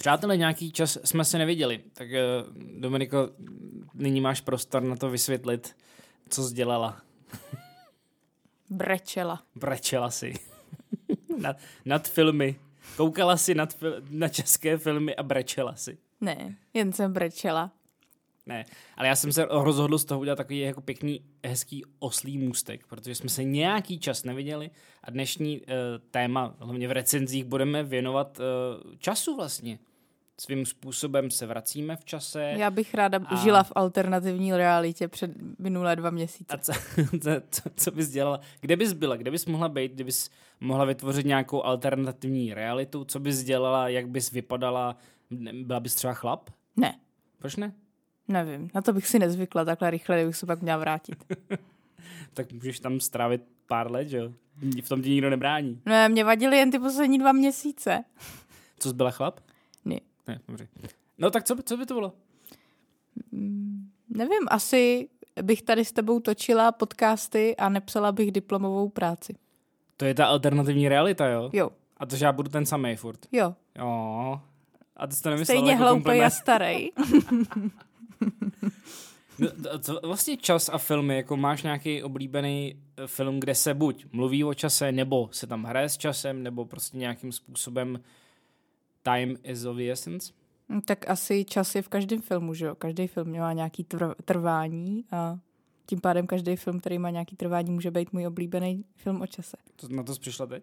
Přátelé, nějaký čas jsme se neviděli, tak Dominiko, nyní máš prostor na to vysvětlit, co jsi dělala. Brečela si. nad filmy. Koukala si na české filmy a brečela si. Ne, jen jsem brečela. Ne, ale já jsem se rozhodl z toho udělat takový jako pěkný, hezký oslý můstek, protože jsme se nějaký čas neviděli a dnešní téma, hlavně v recenzích, budeme věnovat času vlastně. Svým způsobem se vracíme v čase. Já bych ráda žila v alternativní realitě před minulé 2 měsíce. A co bys dělala? Kde bys byla? Kde bys mohla být? Kde bys mohla vytvořit nějakou alternativní realitu? Co bys dělala? Jak bys vypadala? Byla bys třeba chlap? Ne. Proč ne? Nevím. Na to bych si nezvykla takhle rychle, kdybych se pak měla vrátit. Tak můžeš tam strávit pár let, že jo? V tom ti nikdo nebrání. Ne, mě vadily jen ty poslední 2 měsíce. Co jsi byla chlap? Ne. Ne, dobře. No tak co by to bylo? Nevím, asi bych tady s tebou točila podcasty a nepsala bych diplomovou práci. To je ta alternativní realita, jo? Jo. A to, že já budu ten samej furt? Jo. Jo. A ty jsi to nemyslela stejně jako hloupej a starej. No, vlastně čas a filmy, jako máš nějaký oblíbený film, kde se buď mluví o čase, nebo se tam hraje s časem, nebo prostě nějakým způsobem time is of the essence? Tak asi čas je v každém filmu, že jo? Každý film má nějaký trvání a tím pádem každý film, který má nějaký trvání, může být můj oblíbený film o čase. Na to jsi přišla teď?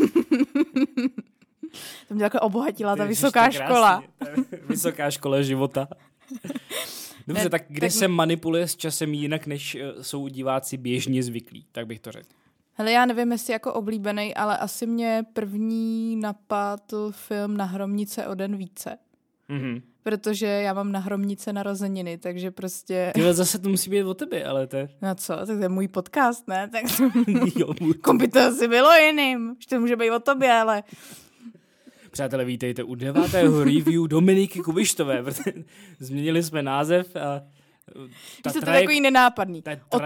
To mě takhle obohatila ta vysoká škola. Vysoká škola života. Dobře, ne, tak kde se manipuluje s časem jinak, než jsou diváci běžně zvyklí, tak bych to řekl. Hele, já nevím, jestli jako oblíbený, ale asi mě první napadl film Na hromnice o den více. Mhm. Protože já mám na hromnice narozeniny, takže prostě... Tyhle zase to musí být o tebe, ale to je... No co, tak to je můj podcast, ne? Tak Jo, kom by to asi bylo jiným, že to může být o tobě, ale... Přátelé, vítejte u 9. review Dominiky Kubištové, protože změnili jsme název a... To takový nenápadný.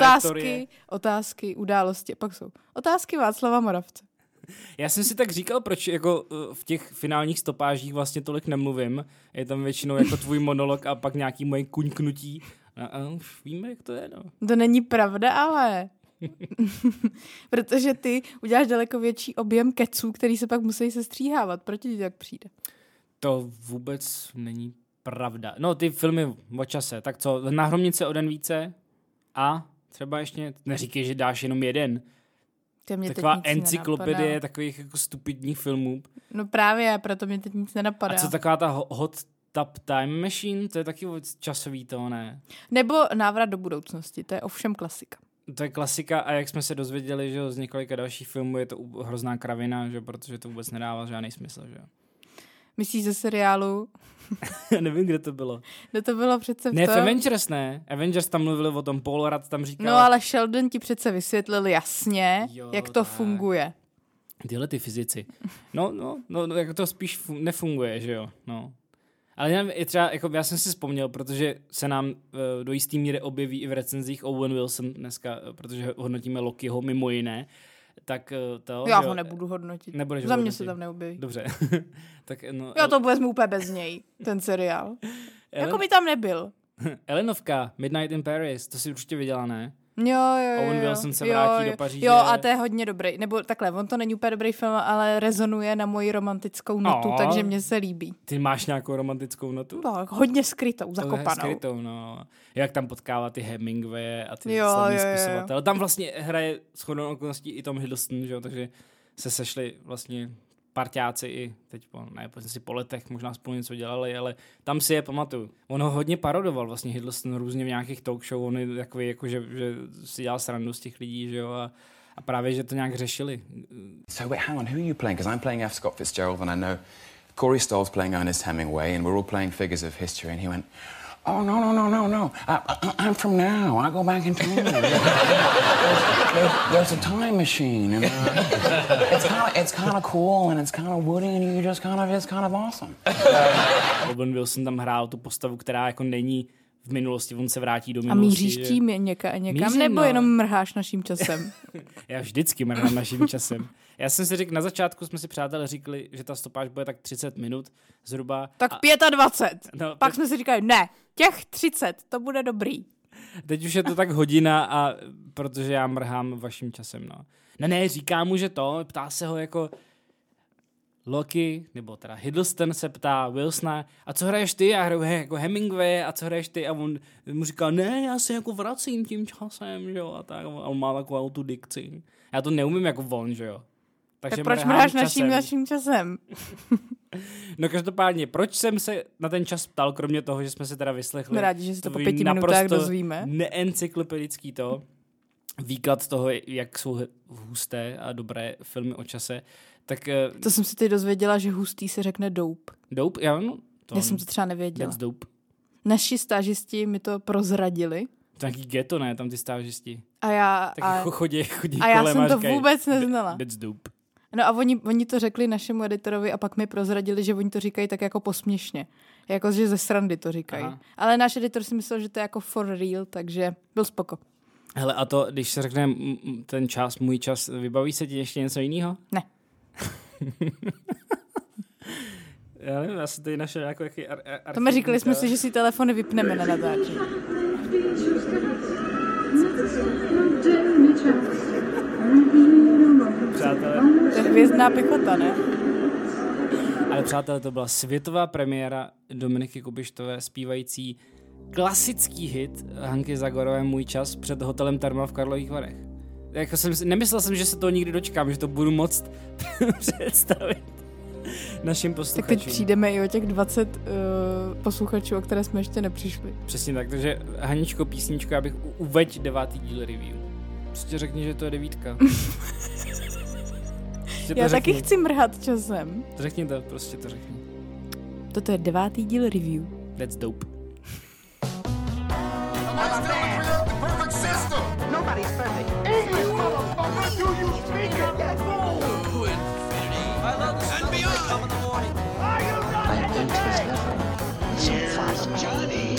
Otázky, události, pak jsou otázky Václava Moravce. Já jsem si tak říkal, proč jako v těch finálních stopážích vlastně tolik nemluvím. Je tam většinou jako tvůj monolog a pak nějaký moje kuňknutí. A už víme, jak to je, no. To není pravda, ale... Protože ty uděláš daleko větší objem keců, který se pak musí sestříhávat. Proč ti tak přijde? To vůbec není pravda. No, ty filmy o čase. Tak co, Na hromnice o den více a třeba ještě, neříkej, že dáš jenom jeden. Taková encyklopedie takových jako stupidních filmů. No právě, proto mě teď nic nenapadá. A co taková ta Hot Tub Time Machine? To je taky časový to, ne? Nebo Návrat do budoucnosti, to je ovšem klasika. To je klasika a jak jsme se dozvěděli, že z několika dalších filmů je to hrozná kravina, že protože to vůbec nedává žádný smysl, že? Myslíš ze seriálu? Já nevím, kde to bylo. Kde to bylo přece v Ne, v Avengers ne. Avengers tam mluvili o tom, Paul Rudd tam říkal. No ale Sheldon ti přece vysvětlil jasně, jak to funguje. Tyhle ty fyzici. No, jako to spíš nefunguje, že jo, no. Ale je třeba, jako já jsem si vzpomněl, protože se nám do jistý míry objeví i v recenzích Owen Wilson dneska, protože hodnotíme Lokiho mimo jiné, tak to... Já ho nebudu hodnotit. Nebudeš Za mě se tam neobjeví. Dobře. Tak, no, já to vezmu úplně bez něj, ten seriál. Jako by tam nebyl. Elenovka, Midnight in Paris, to si určitě viděla, ne? Jo. Owen Wilson se vrátí do Paříže. Jo, a to je hodně dobrý. Nebo takhle, on to není úplně dobrý film, ale rezonuje na moji romantickou notu, takže mě se líbí. Ty máš nějakou romantickou notu? Tak, hodně skrytou, zakopanou. Skrytou, no. Jak tam potkává ty Hemingwaye a ty slavný spisovatele. Tam vlastně hraje shodou okolností i Tom Hiddleston, že jo, takže se sešli vlastně parťáci i teď po letech možná spolu něco dělali, ale tam si je pamatuju. On ho hodně parodoval vlastně Hiddleston různě v nějakých talk show, on je takový jako, že si dělal srandu z těch lidí, že jo, a právě, že to nějak řešili. So wait, hang on, who are you playing? Because I'm playing F. Scott Fitzgerald and I know Corey Stoll's playing Ernest Hemingway and we're all playing figures of history and he went, oh, no. I'm from now. I go back in time. There's a time machine. And, it's kind of cool and it's kind of woody and you just kind of, it's kind of awesome. Owen Wilson tam hrál tu postavu, která jako není v minulosti, on se vrátí do A minulosti. míříš tím někam, Mířím, nebo jenom mrháš naším časem? Já vždycky mrhám naším časem. Já jsem si řekl, na začátku jsme si přátelé říkali, že ta stopáž bude tak 30 minut zhruba. Tak 25. No, Pak jsme si říkali, ne, těch 30, to bude dobrý. Teď už je to tak hodina, a protože já mrhám vaším časem, no. Ne, říká mu, že to, ptá se ho jako Loki, nebo teda Hiddleston se ptá Wilsona, a co hraješ ty? Já hraju jako Hemingway, a co hraješ ty? A on mu říká, ne, já se jako vracím tím časem, že jo, a tak. A on má takovou tu dikci. Já to neumím jako on, že jo. Takže tak proč mrháš naším časem? No každopádně, proč jsem se na ten čas ptal, kromě toho, že jsme se teda vyslechli. Jsme rádi, že se to po 5 minutách dozvíme. Neencyklopedický to, výklad toho, jak jsou husté a dobré filmy o čase. Tak, to jsem si teď dozvěděla, že hustý se řekne dope. Dope? Já jsem to třeba nevěděla. That's dope. Naši stážisti mi to prozradili. To nějaký ghetto, ne? Tam ty stážisti. A já... Tak jako chodí a já jsem to vůbec neznala. That's dope. No a oni to řekli našemu editorovi a pak mi prozradili, že oni to říkají tak jako posměšně. Jako, že ze srandy to říkají. Aha. Ale náš editor si myslel, že to je jako for real, takže byl spoko. Hele, a to, když se řekne ten čas, můj čas, vybaví se ti ještě něco jiného? Ne. Já nevím, já jsem tady našel nějaký to mi říkali jsme si, že si telefony vypneme na natáčení. Přátelé. To je hvězdná pěchota, ne? Ale přátelé, to byla světová premiéra Dominiky Kubištové zpívající klasický hit Hanky Zagorové Můj čas před hotelem Terma v Karlových Varech. Jako nemyslel jsem, že se toho nikdy dočkám, že to budu moct představit našim posluchačům. Tak teď přijdeme i o těch 20 posluchačů, o které jsme ještě nepřišli. Přesně tak, takže Haničko, písničko, já bych uveď 9. díl review. Prostě řekni, že to je 9. Já taky chci mrhat časem. Řekni to, prostě to řekni. Toto je 9. díl review. That's dope. Nobody's perfect. English, motherfucker! Do you speak it? To infinity. I love the and beyond. Come in the morning. Are you not Johnny.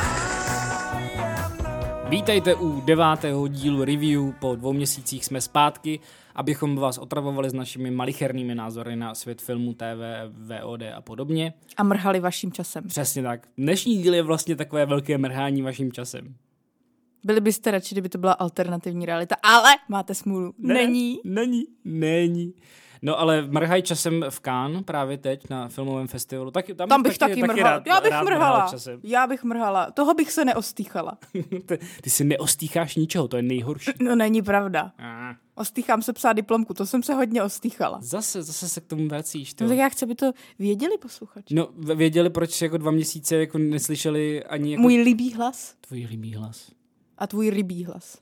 Vítejte u 9. dílu review. Po 2 měsících jsme zpátky, abychom vás otravovali s našimi malichernými názory na svět filmu, TV, VOD a podobně. A mrhali vaším časem. Přesně tak. Dnešní díl je vlastně takové velké mrhání vaším časem. Byli byste radši, kdyby to byla alternativní realita, ale máte smůlu. Není. No ale mrhaj časem v Cannes právě teď na filmovém festivalu. Tam bych taky mrhala. Já bych mrhala. mrhala. Toho bych se neostýchala. Ty si neostýcháš ničeho, to je nejhorší. No není pravda. Ostýchám se psát diplomku, to jsem se hodně ostýchala. Zase se k tomu vracíš. No tak já chci, aby to věděli posluchači. No věděli, proč jako 2 měsíce jako neslyšeli ani jako... Můj líbý hlas. Tvůj líbý hlas. A tvůj rybí hlas.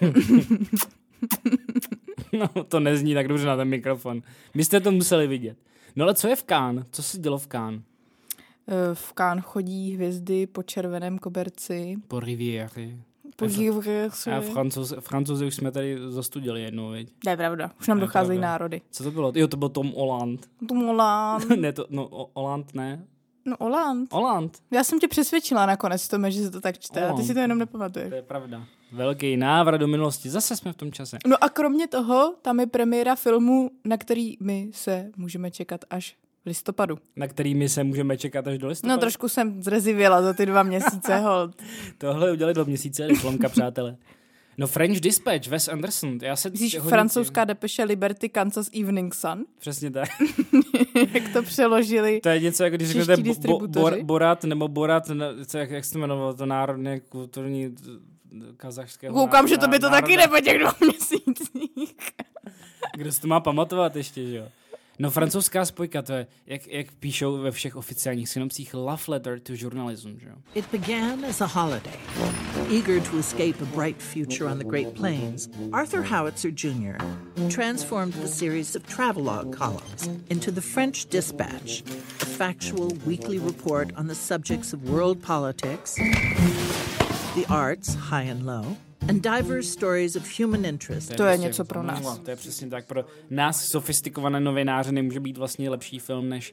No, to nezní tak dobře na ten mikrofon. My jste to museli vidět. No ale co je v Cannes? Co se dělo v Cannes? V Cannes chodí hvězdy po červeném koberci. Po Riviéře. A Francouzi už jsme tady zastudili jednou, viď? To je pravda. Už nám docházejí národy. Co to bylo? Jo, to byl Tom Holland. Ne, Holland ne. No Holland. Já jsem tě přesvědčila nakonec Tome, že se to tak čte. A ty si to jenom nepamatuješ. To je pravda. Velký návrat do minulosti. Zase jsme v tom čase. No a kromě toho, tam je premiéra filmu, na který my se můžeme čekat až v listopadu. Na který my se můžeme čekat až do listopadu? No trošku jsem zrezivěla za ty 2 měsíce, hold. Tohle udělali 2 měsíce, diplomka, přátelé. No French Dispatch, Wes Anderson. Myslíš francouzská depeše Liberty, Kansas Evening Sun? Přesně tak. Jak to přeložili. To je něco, jako když řeknete Borat, nebo Borat, jak se to jmenovalo, to národné kulturní kazachského. Koukám, že to by to taky po těch 2 měsících. Kdo si to má pamatovat ještě, že jo? No francouzská spojka, to je, jak píšou ve všech oficiálních synopsích, love letter to journalism, že jo? It began as a holiday. Eager to escape a bright future on the Great Plains, Arthur Howitzer Jr. transformed the series of travelogue columns into the French Dispatch, a factual weekly report on the subjects of world politics, the arts, high and low, and diverse stories of human interest. To je něco pro nás. To je přesně tak. Pro nás sofistikované novináře nemůže být vlastně lepší film než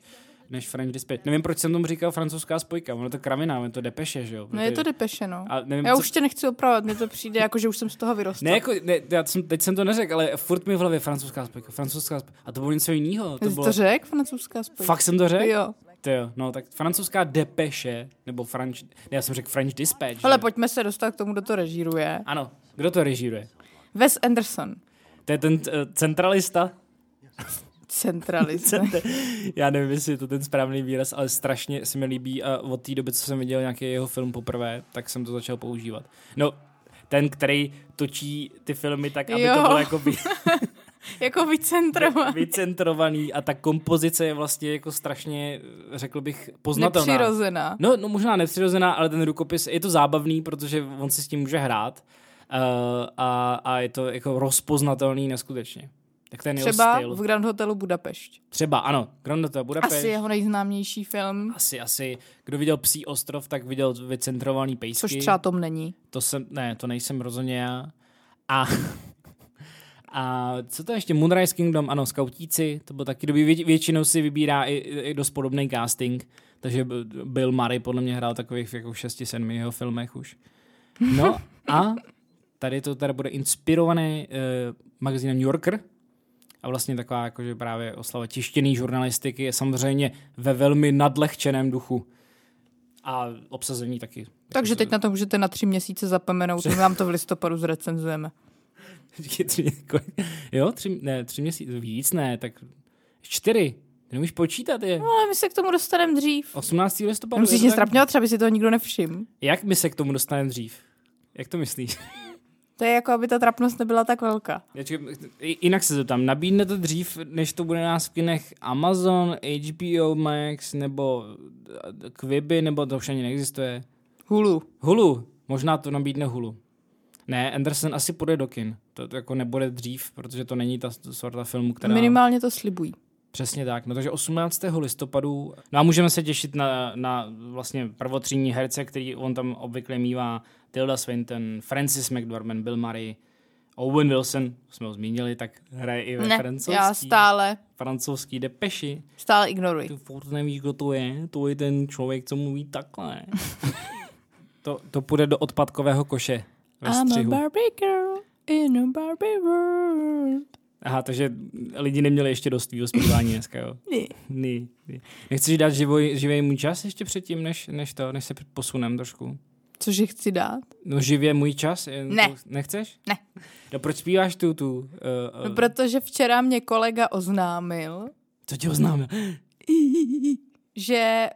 než French Dispatch. Nevím, proč jsem tomu říkal francouzská spojka, ono to kravina, ono to depeše, že jo? No je to depeše, no. Nevím, já už tě nechci opravovat, mně to přijde jako, že už jsem z toho vyrostl. Ne, jako, teď jsem to neřekl, ale furt mi v hlavě francouzská spojka. A to bylo něco jiného. Jsi to řekl, francouzská spojka? Fakt jsem to řekl? Jo. Jo, no tak francouzská depeše, nebo já jsem řekl French Dispatch. Ale pojďme se dostat k tomu, kdo to režíruje. Ano, kdo to režíruje? Wes Anderson. To je ten centralista? Centralista. Já nevím, jestli je to ten správný výraz, ale strašně se mi líbí a od té doby, co jsem viděl nějaký jeho film poprvé, tak jsem to začal používat. No, ten, který točí ty filmy tak, aby to bylo jako jako vycentrovaný a ta kompozice je vlastně jako strašně, řekl bych, poznatelná. Nepřirozená. No možná nepřirozená, ale ten rukopis, je to zábavný, protože on si s tím může hrát a je to jako rozpoznatelný neskutečně. Tak ten třeba styl. v Grand Hotelu Budapešť. Třeba, ano, Grand Hotel Budapešť. Asi jeho nejznámější film. Asi. Kdo viděl Psí ostrov, tak viděl vycentrovaný pejsky. Což třeba Tom není. To nejsem rozhodně já. A co to ještě? Moonrise Kingdom, ano, Skautíci, to byl taky dobrý. Většinou si vybírá i dost podobný casting, takže Bill Murray podle mě hrál takových jako 6-7 jeho filmech už. No a tady to tady bude inspirované magazínem New Yorker a vlastně taková jakože právě oslava tištěný žurnalistiky je samozřejmě ve velmi nadlehčeném duchu. A obsazení taky. Takže teď na to můžete na 3 měsíce zapomenout, my vám to v listopadu zrecenzujeme. Jo, 3 měsíce, víc ne, tak 4. Ty nemůžeš počítat je. No ale my se k tomu dostaneme dřív. 18. listopadu. Musíš mě strapňovat, třeba by si toho nikdo nevšiml. Jak my se k tomu dostaneme dřív? Jak to myslíš? To je jako, aby ta trapnost nebyla tak velká. Jinak se zeptám, nabídne to dřív, než to bude nás v kinech Amazon, HBO Max, nebo Quibi, nebo to už ani neexistuje? Hulu. Možná to nabídne Hulu. Ne, Anderson asi půjde do kin. To jako nebude dřív, protože to není ta sorta filmu, která... Minimálně to slibují. Přesně tak. No takže 18. listopadu. No a můžeme se těšit na vlastně prvotřídní herce, který on tam obvykle mívá. Tilda Swinton, Frances McDormand, Bill Murray, Owen Wilson, jsme ho zmínili, tak hraje i ve francouzský depeši. Stále ignoruji. Ty furt nevíš, kdo to je. To je ten člověk, co mluví takhle. to půjde do odpadkového koše ve střihu. I'm a Barbie girl in a Barbie world. Aha, takže lidi neměli ještě dost tvýho zpívání dneska, jo? Ne. Nechceš dát živej můj čas ještě předtím, než se posunem trošku? Cože chci dát? No živě můj čas? Ne. Nechceš? Ne. No proč zpíváš tu? No protože včera mě kolega oznámil. Co ti oznámil? Že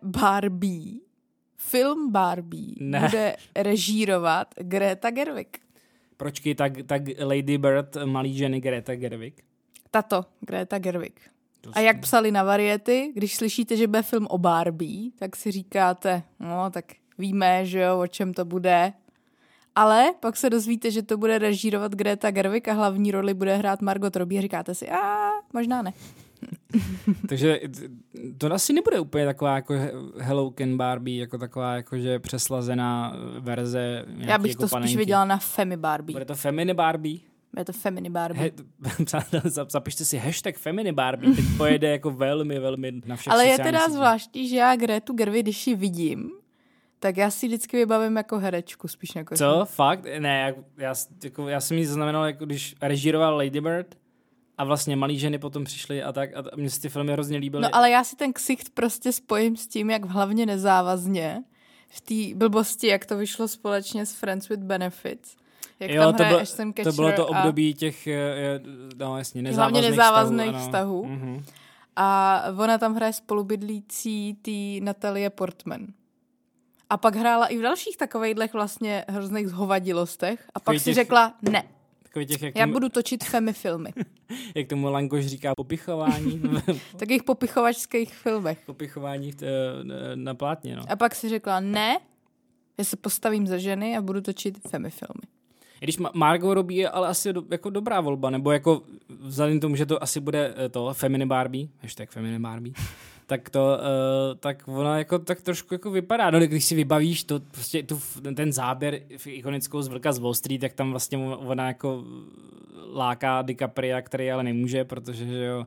film Barbie bude režírovat Greta Gerwig. Pročky, tak Lady Bird, malý ženy Greta Gerwig? Tato, Greta Gerwig. A jak psali na Variety, když slyšíte, že bude film o Barbie, tak si říkáte, no tak víme, že jo, o čem to bude. Ale pak se dozvíte, že to bude režírovat Greta Gerwig a hlavní roli bude hrát Margot Robbie a říkáte si, možná ne. Takže to asi nebude úplně taková jako Hello Ken Barbie, jako taková jakože přeslazená verze. Já bych jako to spíš viděla na Femi Barbie. Bude to Femini Barbie? Bude to Femini Barbie. Zapište si hashtag Femini Barbie, teď pojede jako velmi na všech. Ale je teda zvláštní, že já Gretu Gerwig, když ji vidím, tak já si vždycky vybavím jako herečku, spíš jako... Co? Fakt? Ne, já jsem jí zaznamenal, jako když režíroval Lady Bird a vlastně malý ženy potom přišly a tak a mně se ty filmy hrozně líbily. No ale já si ten ksicht prostě spojím s tím, jak hlavně nezávazně v té blbosti, jak to vyšlo společně s Friends with Benefits. Jak jo, tam hraje Ashton Kutcher to bylo to období těch nezávazných vztahů. Mm-hmm. A ona tam hraje spolubydlící tý Natalie Portman. A pak hrála i v dalších takovejhlech vlastně hrozných zhovadilostech. A pak si řekla, ne, já budu točit femi filmy. Jak tomu Langoš říká, popichování. Takových popichovačských filmech. Popichování na plátně, no. A pak si řekla, ne, já se postavím za ženy a budu točit femi filmy. I když Margot Robbie je ale asi jako dobrá volba, nebo jako vzhledem tomu, že to asi bude to Femini Barbie, hashtag Femini Barbie, tak ona jako tak trošku jako vypadá. No, když si vybavíš to, prostě ten záběr ikonickou z Vlka z Wall Street, tak tam vlastně ona jako láká DiCapria, který ale nemůže, protože že jo,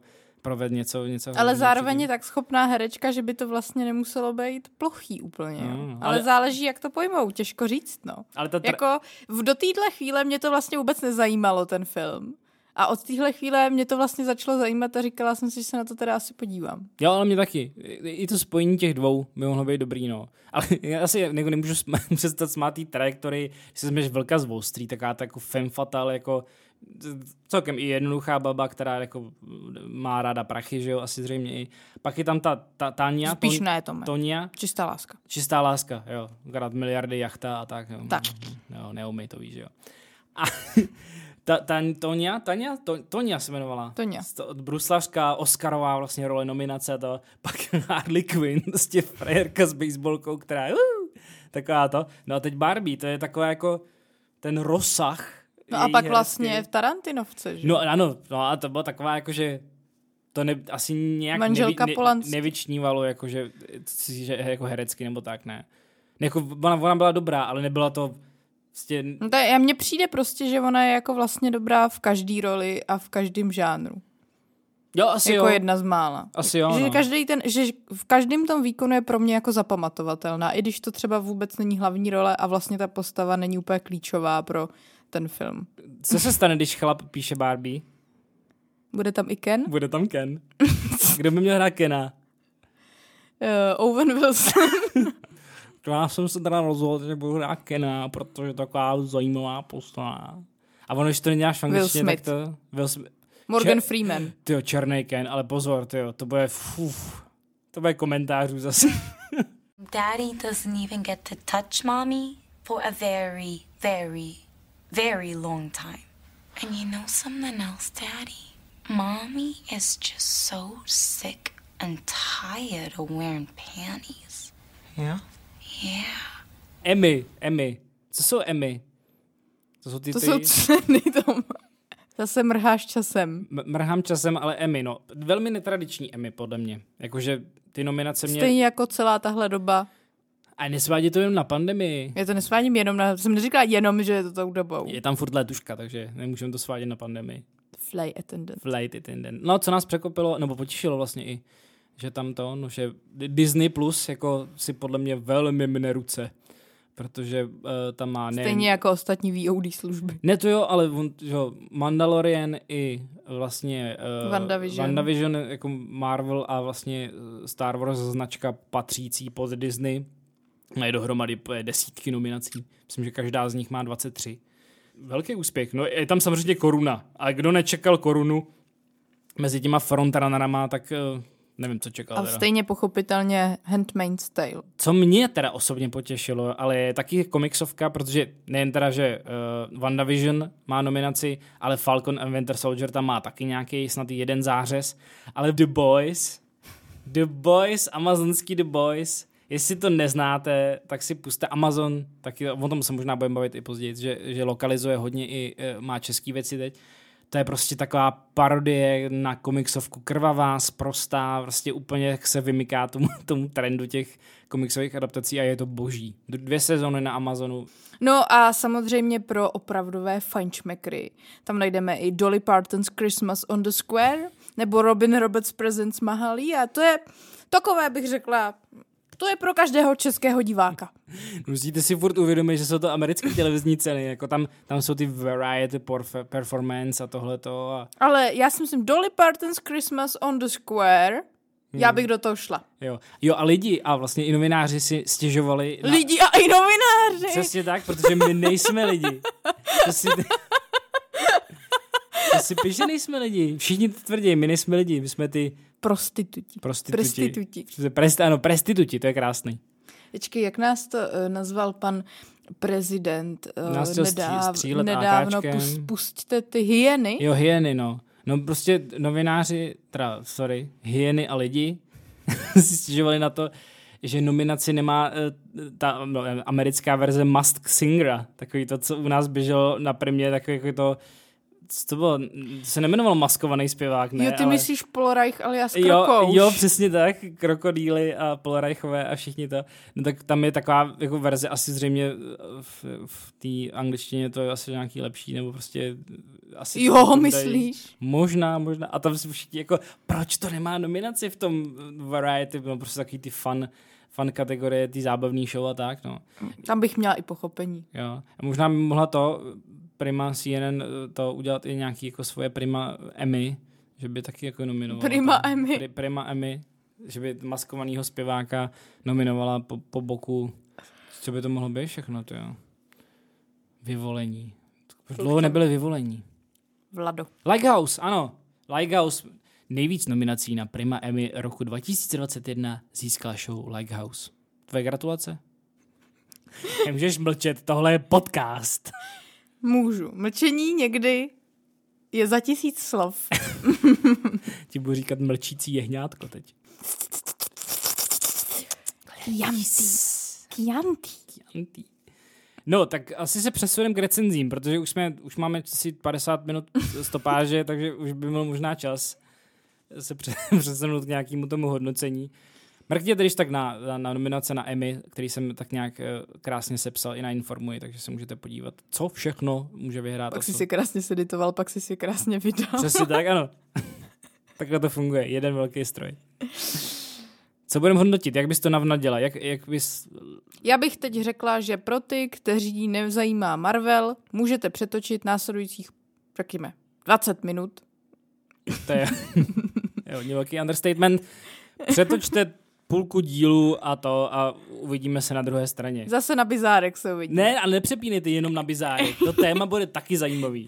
proved něco ale zároveň je tak schopná herečka, že by to vlastně nemuselo být plochý úplně. Ale záleží, jak to pojmou, těžko říct, no. Ale jako do téhle chvíle mě to vlastně vůbec nezajímalo, ten film. A od téhle chvíle mě to vlastně začalo zajímat a říkala jsem si, že se na to teda asi podívám. Jo, ale mě taky. I to spojení těch dvou by mohlo být dobrý, no. Ale já asi nemůžu přestat smát té trajektory, když se zmeš Vlka z Wall Street, taká jako femme fatale, jako celkem i jednoduchá baba, která jako má ráda prachy, že jo, asi zřejmě i. Pak je tam ta Tania. Spíš ne, Tome. Tonia. Čistá láska. Čistá láska, jo. Akorát miliardy jachta a tak. Jo. Tak. Jo, neumej to, víš, jo. A Tonia se jmenovala. Tonia. Bruslařská, Oscarová vlastně role, nominace a to. Pak Harley Quinn, prostě frajerka s baseballkou, která taková to. No a teď Barbie, to je taková jako ten rozsah. No a pak vlastně v Tarantinovce, že? No ano, no a to bylo taková jako, že to asi nějak nevyčnívalo, jako, že jako herecky nebo tak, ne. Jako, ona byla dobrá, ale nebyla to No mně přijde prostě, že ona je jako vlastně dobrá v každý roli a v každém žánru. Jo, asi jako jo. jedna z mála. Asi jo, že, že v každém tom výkonu je pro mě jako zapamatovatelná, i když to třeba vůbec není hlavní role a vlastně ta postava není úplně klíčová pro ten film. Co se stane, když chlap píše Barbie? Bude tam i Ken? Bude tam Ken. Kdo by měl hrát Kena? Owen Wilson. Já jsem se teda rozhodl, že budu hrát Kena, protože je taková zajímavá postava. A ono, když to neděláš v angličtině, tak to... Morgan Freeman. Tyjo, černý Ken, ale pozor, tyjo, to bude komentářů zase. Daddy doesn't even get to touch mommy for a very, very, very long time. And you know something else, Daddy? Mommy is just so sick and tired of wearing panties. Yeah? Yeah. Emmy. Co jsou Emmy? To jsou jsou ceny tomu. Zase mrháš časem. Mrhám časem, ale Emmy, no. Velmi netradiční Emmy, podle mě. Jakože ty nominace mě... Stejně jako celá tahle doba. A nesvádí to jenom na pandemii. Já to nesvádím jenom na... Jsem neříkala jenom, že je to tou dobou. Je tam furt letuška, takže nemůžeme to svádět na pandemii. Flight attendant. No, co nás překvapilo, nebo potěšilo vlastně i, že tam to, no, že Disney Plus jako si podle mě velmi mine ruce, protože tam má nejen... Stejně jako ostatní VOD služby. Ne to jo, ale Mandalorian i vlastně WandaVision jako Marvel a vlastně Star Wars značka patřící pod Disney. Mají dohromady desítky nominací. Myslím, že každá z nich má 23. Velký úspěch. No je tam samozřejmě koruna. A kdo nečekal korunu mezi těma frontrunnerama, tak nevím, co čekal. A stejně pochopitelně Handmaid's Tale. Co mě teda osobně potěšilo, ale je taky komiksovka, protože nejen teda, že WandaVision má nominaci, ale Falcon and Winter Soldier tam má taky nějaký snad jeden zářez, ale The Boys, amazonský The Boys, jestli to neznáte, tak si puste Amazon, taky o tom se možná budeme bavit i později, že lokalizuje hodně i má český věci teď. To je prostě taková parodie na komiksovku, krvavá, sprostá, prostě úplně jak se vymyká tomu trendu těch komiksových adaptací a je to boží. 2 sezóny na Amazonu. No a samozřejmě pro opravdové fajnšmekry. Tam najdeme i Dolly Parton's Christmas on the Square nebo Robin Roberts Presents Mahalí a to je takové, bych řekla, to je pro každého českého diváka. Musíte si furt uvědomit, že jsou to americké televizní ceny, jako tam jsou ty variety performance a tohleto. Ale já si myslím, Dolly Parton's Christmas on the Square, já bych do toho šla. Jo, a lidi a vlastně i novináři si stěžovali. Lidi a i novináři! Přesně tak, protože my nejsme lidi. To si píš, že nejsme lidi. Všichni to tvrdí, my nejsme lidi, my jsme ty... Prostituti. Ano, prestituti, to je krásný. Počkej, jak nás to nazval pan prezident nedávno? Pusťte ty hyeny. Jo, hyeny, no. No prostě novináři, hyeny a lidi si stěžovali na to, že nominaci nemá ta americká verze Masked Singera, takový to, co u nás běželo na primě, takový to to bylo, se nejmenoval Maskovaný zpěvák, ne? Jo, ty myslíš Paul Reich alias Krokouš. Jo, přesně tak, Krokodýly a Paul Reichové a všichni to. No tak tam je taková jako verze, asi zřejmě v té angličtině to je asi nějaký lepší, nebo prostě asi... Jo, myslíš? Možná. A tam si všichni jako, proč to nemá nominaci v tom Variety, no prostě takový ty fun kategorie, ty zábavný show a tak, no. Tam bych měla i pochopení. Jo, a možná by mohla Prima CNN to udělat i nějaký jako svoje Prima Emmy, že by taky jako nominovala. Prima Emmy, že by maskovanýho zpěváka nominovala po boku. Co by to mohlo být všechno, to jo. Vyvolení. Dlouho nebyly vyvolení. Vlado. Lighthouse, ano. Lighthouse. Nejvíc nominací na Prima Emmy roku 2021 získala show Lighthouse. Tvoje gratulace? Nemůžeš mlčet, tohle je podcast. Můžu. Mlčení někdy je za 1000 slov. Ti budu říkat mlčící jehňátko teď. Chianti. No, tak asi se přesuneme k recenzím, protože už máme asi 50 minut stopáže, takže už by byl možná čas se přesunout k nějakému tomu hodnocení. Mrkněte když tak na nominace na Emmy, který jsem tak nějak krásně sepsal i na Informuji, takže se můžete podívat, co všechno může vyhrát. Pak jsi si krásně seditoval, pak jsi si krásně vydal. Přesně tak, ano. Takhle to funguje, jeden velký stroj. Co budeme hodnotit? Jak bys to navnadila? Jak bys... Já bych teď řekla, že pro ty, kteří nezajímá Marvel, můžete přetočit následujících, řekněme, 20 minut. To je hodně velký understatement. Přetočte půlku dílu a uvidíme se na druhé straně. Zase na bizárek se uvidíme. Ne, ale nepřepínejte jenom na bizárek. To téma bude taky zajímavý.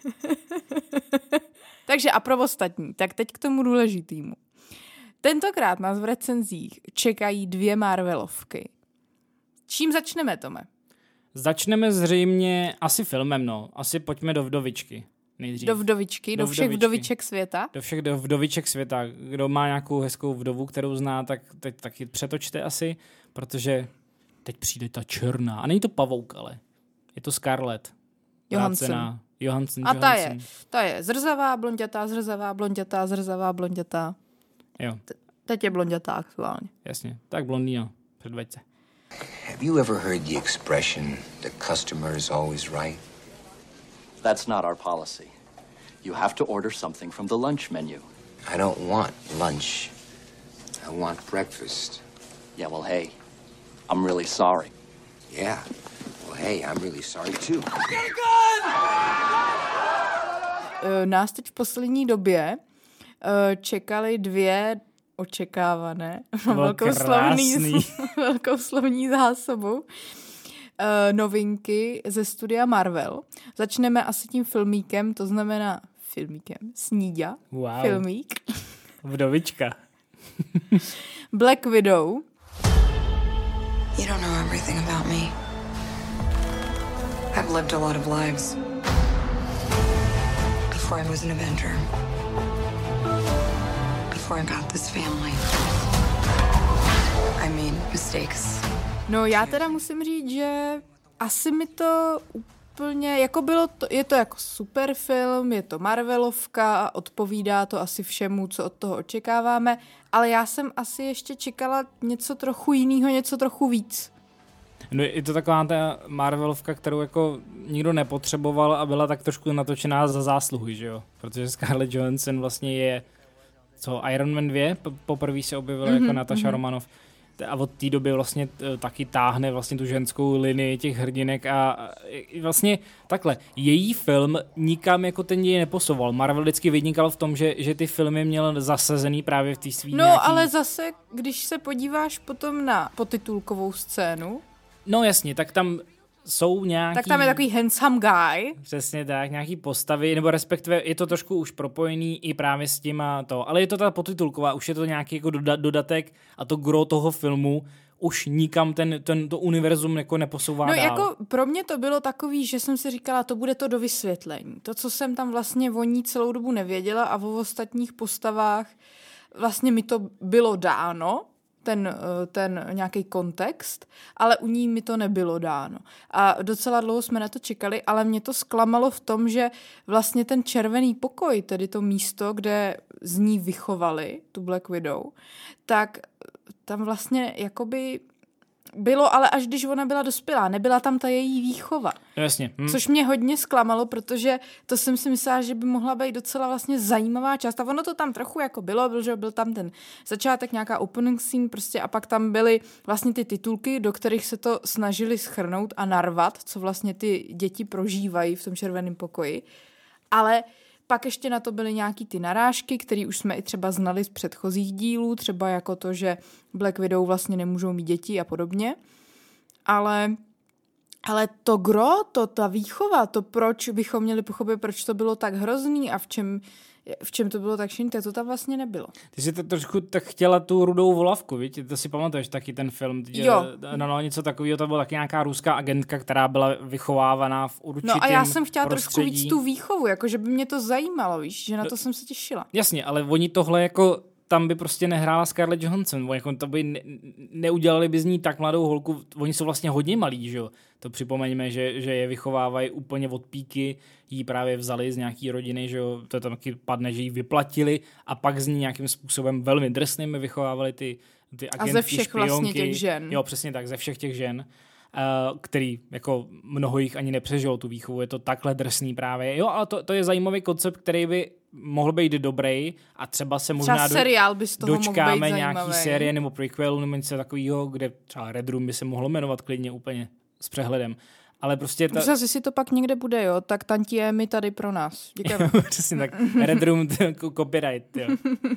Takže a pro ostatní, tak teď k tomu důležitýmu. Tentokrát nás v recenzích čekají 2 Marvelovky. Čím začneme, Tome? Začneme zřejmě asi filmem, no. Asi pojďme do Vdovičky. Nejdřív. Do Vdovičky, do všech vdoviček světa. Do všech vdoviček světa. Kdo má nějakou hezkou vdovu, kterou zná, tak teď taky přetočte asi, protože teď přijde ta černá. A není to pavouk, ale je to Scarlett. Johansson. A ta je zrzavá, blondětá. Jo. Teď je blondětá aktuálně. Jasně, tak blondýna, předveď se. Have you ever heard the expression, the customer is always right? That's not our policy. You have to order something from the lunch menu. I don't want lunch. I want breakfast. Yeah, well, hey, I'm really sorry. Yeah, well, hey, I'm really sorry too. Nás teď v poslední době čekali 2 očekávané, velkou slovní zásobu novinky ze studia Marvel. Začneme asi tím filmíkem, to znamená Sníďa, wow. Filmík. Vdovička. Black Widow. You don't know everything about me. I've lived a lot of lives before I was an Avenger. Before I got this family. I made mistakes. No já teda musím říct, že asi mi to úplně, jako je to jako super film, je to Marvelovka, odpovídá to asi všemu, co od toho očekáváme, ale já jsem asi ještě čekala něco trochu jiného, něco trochu víc. No je to taková ta Marvelovka, kterou jako nikdo nepotřeboval a byla tak trošku natočená za zásluhy, že jo? Protože Scarlett Johansson vlastně je Iron Man 2, poprvé se objevila jako Natasha Romanoff. A od té doby vlastně taky táhne vlastně tu ženskou linii těch hrdinek a vlastně takhle, její film nikam jako ten děj neposouval. Marvel vždycky vynikal v tom, že ty filmy měl zasazený právě v té svý No, nějaký... ale zase, když se podíváš potom na potitulkovou scénu. No jasně, tak tam jsou nějaký... Tak tam je takový handsome guy. Přesně tak, nějaký postavy, nebo respektive je to trošku už propojený i právě s tím a to. Ale je to ta potitulková, už je to nějaký jako dodatek a to gro toho filmu už nikam to univerzum jako neposouvá dál. Jako pro mě to bylo takový, že jsem si říkala, to bude to do vysvětlení. To, co jsem tam vlastně o ní celou dobu nevěděla a o ostatních postavách vlastně mi to bylo dáno, ten nějaký kontext, ale u ní mi to nebylo dáno. A docela dlouho jsme na to čekali, ale mě to zklamalo v tom, že vlastně ten červený pokoj, tedy to místo, kde z ní vychovali tu Black Widow, tak tam vlastně jakoby bylo, ale až když ona byla dospělá, nebyla tam ta její výchova. Jasně. Což mě hodně zklamalo, protože to jsem si myslela, že by mohla být docela vlastně zajímavá část. A ono to tam trochu jako bylo, že byl tam ten začátek, nějaká opening scene prostě a pak tam byly vlastně ty titulky, do kterých se to snažili shrnout a narvat, co vlastně ty děti prožívají v tom červeném pokoji. Ale pak ještě na to byly nějaký ty narážky, které už jsme i třeba znali z předchozích dílů, třeba jako to, že Black Widow vlastně nemůžou mít děti a podobně. Ale to gro, ta výchova, to proč bychom měli pochopit, proč to bylo tak hrozný a v čem to bylo tak šinité, to tam vlastně nebylo. Ty jsi to trošku tak chtěla tu Rudou volavku, víš? To si pamatuješ taky ten film. Jo. No, něco takového, to byla taky nějaká ruská agentka, která byla vychovávaná v určitém No a já jsem chtěla prostředí. trošku víc tu výchovu, jako že by mě to zajímalo, víš, že na to jsem se těšila. Jasně, ale oni tohle jako tam by prostě nehrála Scarlett Johansson, jako to by neudělali by z ní tak mladou holku, oni jsou vlastně hodně malí, že jo, to připomeňme, že je vychovávají úplně od píky, jí právě vzali z nějaký rodiny, že jo, to tam taky padne, že jí vyplatili a pak z ní nějakým způsobem velmi drsným vychovávali ty agentky, a ze všech špionky, vlastně těch žen. Jo, přesně tak, ze všech těch žen. Který jako mnoho jich ani nepřežilo tu výchovu, je to takhle drsný právě. Jo, ale to je zajímavý koncept, který by mohl být dobrý a třeba se možná seriál by z toho dočkáme mohl být nějaký zajímavý. série nebo prequel nebo něco takového, kde třeba Red Room by se mohlo jmenovat klidně úplně s přehledem. Ale prostě Zase si to pak někde bude, jo, tak tantiemi tady pro nás. Děkujeme. Přesně tak. Red Room, copyright, jo.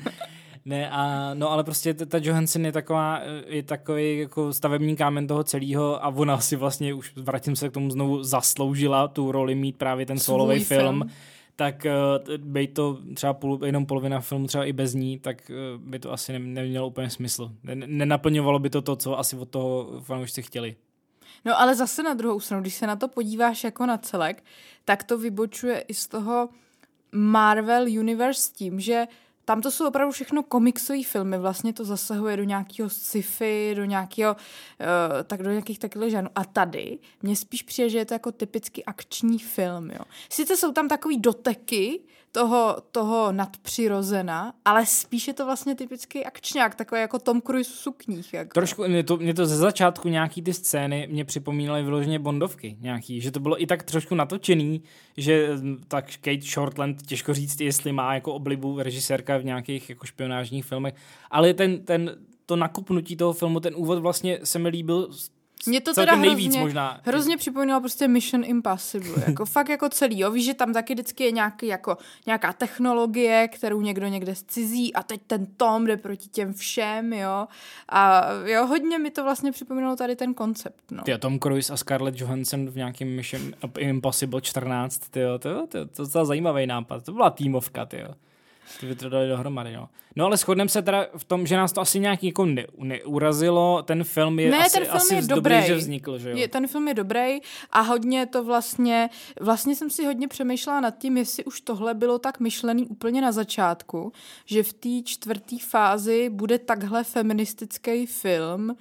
Ne, no ale prostě ta Johansson je takový jako stavební kámen toho celého a ona si vlastně, už vrátím se k tomu znovu, zasloužila tu roli mít právě ten solový film. Tak být to třeba jenom polovina filmu třeba i bez ní, tak by to asi nemělo úplně smysl. Nenaplňovalo by to, co asi od toho fanoušci chtěli. No ale zase na druhou stranu, když se na to podíváš jako na celek, tak to vybočuje i z toho Marvel Universe tím, že tam to jsou opravdu všechno komiksové filmy, vlastně to zasahuje do nějakého sci-fi, do nějakého, do nějakých takových žánrů. A tady mně spíš přijde, že je to jako typicky akční film, jo. Sice jsou tam takový doteky toho nadpřirozena, ale spíš je to vlastně typický akčňák, takový jako Tom Cruise v sukních. Jako. Trošku, mě to ze začátku nějaký ty scény mě připomínaly vyloženě Bondovky nějaký, že to bylo i tak trošku natočený, že tak Kate Shortland, těžko říct, jestli má jako oblibu režisérka v nějakých jako špionážních filmech, ale to nakupnutí toho filmu, ten úvod vlastně se mi líbil mě to celkem teda nejvíc možná. Hrozně připomínalo prostě Mission Impossible, jako fakt jako celý, jo, víš, že tam taky vždycky je nějaká technologie, kterou někdo někde zcizí a teď ten Tom jde proti těm všem, jo, a jo, hodně mi to vlastně připomínalo tady ten koncept, no. Tom Cruise a Scarlett Johansson v nějakém Mission Impossible 14, to je zajímavý nápad, to byla týmovka, tyjo. Ty by to dali dohromady, no. No ale shodneme se teda v tom, že nás to asi nějak jako neurazilo. Ten film je asi dobrý, že vznikl, že jo? Ten film je dobrý a hodně to vlastně jsem si hodně přemýšlela nad tím, jestli už tohle bylo tak myšlený úplně na začátku, že v té 4. fázi bude takhle feministický film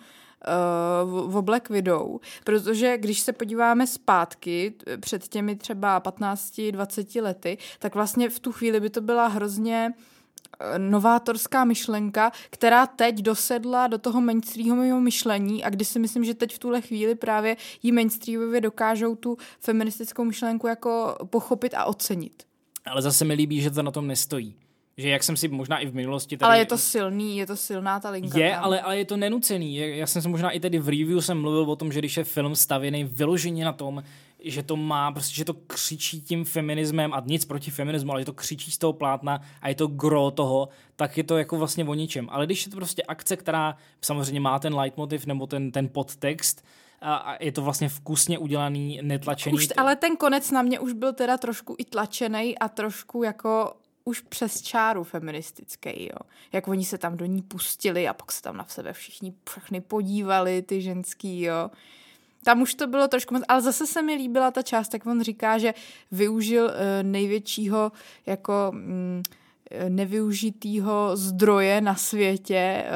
o Black Widow, protože když se podíváme zpátky před těmi třeba 15-20 lety, tak vlastně v tu chvíli by to byla hrozně novátorská myšlenka, která teď dosedla do toho mainstreamového myšlení a kdy si myslím, že teď v tuhle chvíli právě jí mainstreamově dokážou tu feministickou myšlenku jako pochopit a ocenit. Ale zase mi líbí, že to na tom nestojí. Že jak jsem si možná i v minulosti... Tady... Ale je to silná ta linka. Ale je to nenucený. Já jsem se možná i tady v review jsem mluvil o tom, že když je film stavěný vyloženě na tom, že to má, prostě, že to křičí tím feminismem a nic proti feminismu, ale že to křičí z toho plátna a je to gro toho, tak je to jako vlastně o ničem. Ale když je to prostě akce, která samozřejmě má ten leitmotiv nebo ten podtext, a je to vlastně vkusně udělaný, netlačený. Ale ten konec na mě už byl teda trošku i tlačenej a trošku jako už přes čáru feministický, jo. Jak oni se tam do ní pustili a pak se tam na sebe všechny podívali, ty ženský, jo. Tam už to bylo trošku moc, ale zase se mi líbila ta část, jak on říká, že využil největšího jako nevyužitýho zdroje na světě,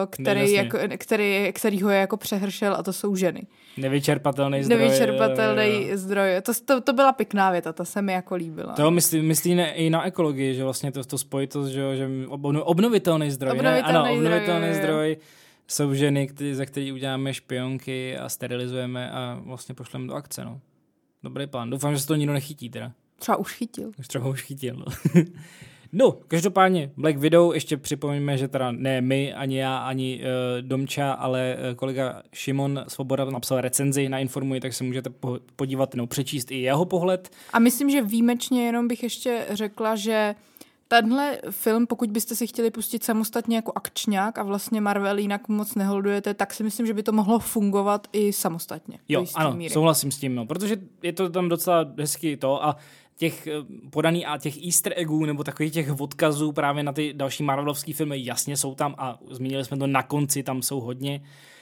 který ho je jako přehršel, a to jsou ženy. Nevyčerpatelný zdroj. Zdroj. To byla pěkná věta, ta se mi jako líbila. To myslí i na ekologii, že vlastně to spojitost, že obnovitelný zdroj. Obnovitelný zdroj jsou ženy, za který uděláme špionky a sterilizujeme a vlastně pošleme do akce. No. Dobrý plán. Doufám, že se to nikdo nechytí teda. Třeba už chytil. No. No, každopádně Black Widow, ještě připomeňme, že teda ne my, ani já, ani Domča, ale kolega Šimon Svoboda napsal recenzi na Informuji, tak se můžete podívat, přečíst i jeho pohled. A myslím, že výjimečně jenom bych ještě řekla, že tenhle film, pokud byste si chtěli pustit samostatně jako akčňák a vlastně Marvel jinak moc neholdujete, tak si myslím, že by to mohlo fungovat i samostatně. Jo, ano, souhlasím s tím, protože je to tam docela hezky to a těch podaný a těch easter eggů nebo takových těch odkazů právě na ty další Marvelovský filmy jasně jsou tam a zmínili jsme to na konci, tam jsou hodně,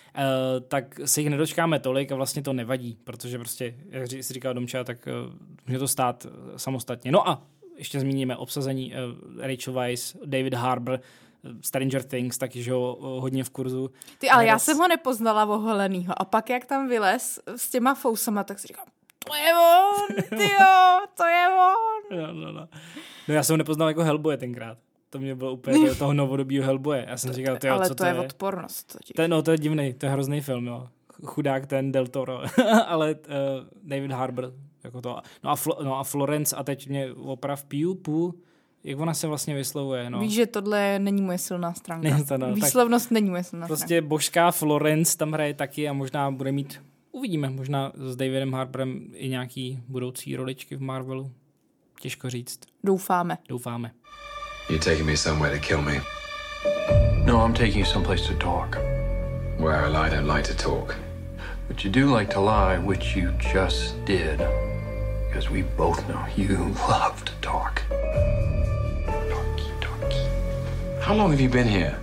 tak se jich nedočkáme tolik a vlastně to nevadí, protože prostě, jak si říkal Domča, tak může to stát samostatně. No a ještě zmíníme obsazení Rachel Weisz, David Harbour, Stranger Things, taky, že ho hodně v kurzu. Ale já jsem ho nepoznala oholenýho a pak jak tam vylez s těma fousama, tak si říkám, to je on, tyjo, to je on. No, já jsem ho nepoznal jako Hellboye tenkrát. To mě bylo úplně toho novodobího Hellboye. Já jsem říkal, tyjo, co to je? Ale to je odpornost. To je divný, to je hrozný film, jo. Chudák ten Del Toro. Ale David Harbour, jako to. No a Florence, a teď mě oprav Pugh, jak ona se vlastně vyslovuje. No. Víš, že tohle není moje silná stránka. Výslovnost není moje silná stránka. Prostě božská Florence tam hraje taky a možná bude mít, uvidíme, možná s Davidem Harbourem i nějaký budoucí roličky v Marvelu. Těžko říct. Doufáme. You're taking me somewhere to kill me. No, I'm taking you someplace to talk. Where I lie, don't like to talk. But you do like to lie, which you just did. Because we both know you love to talk. How long have you been here?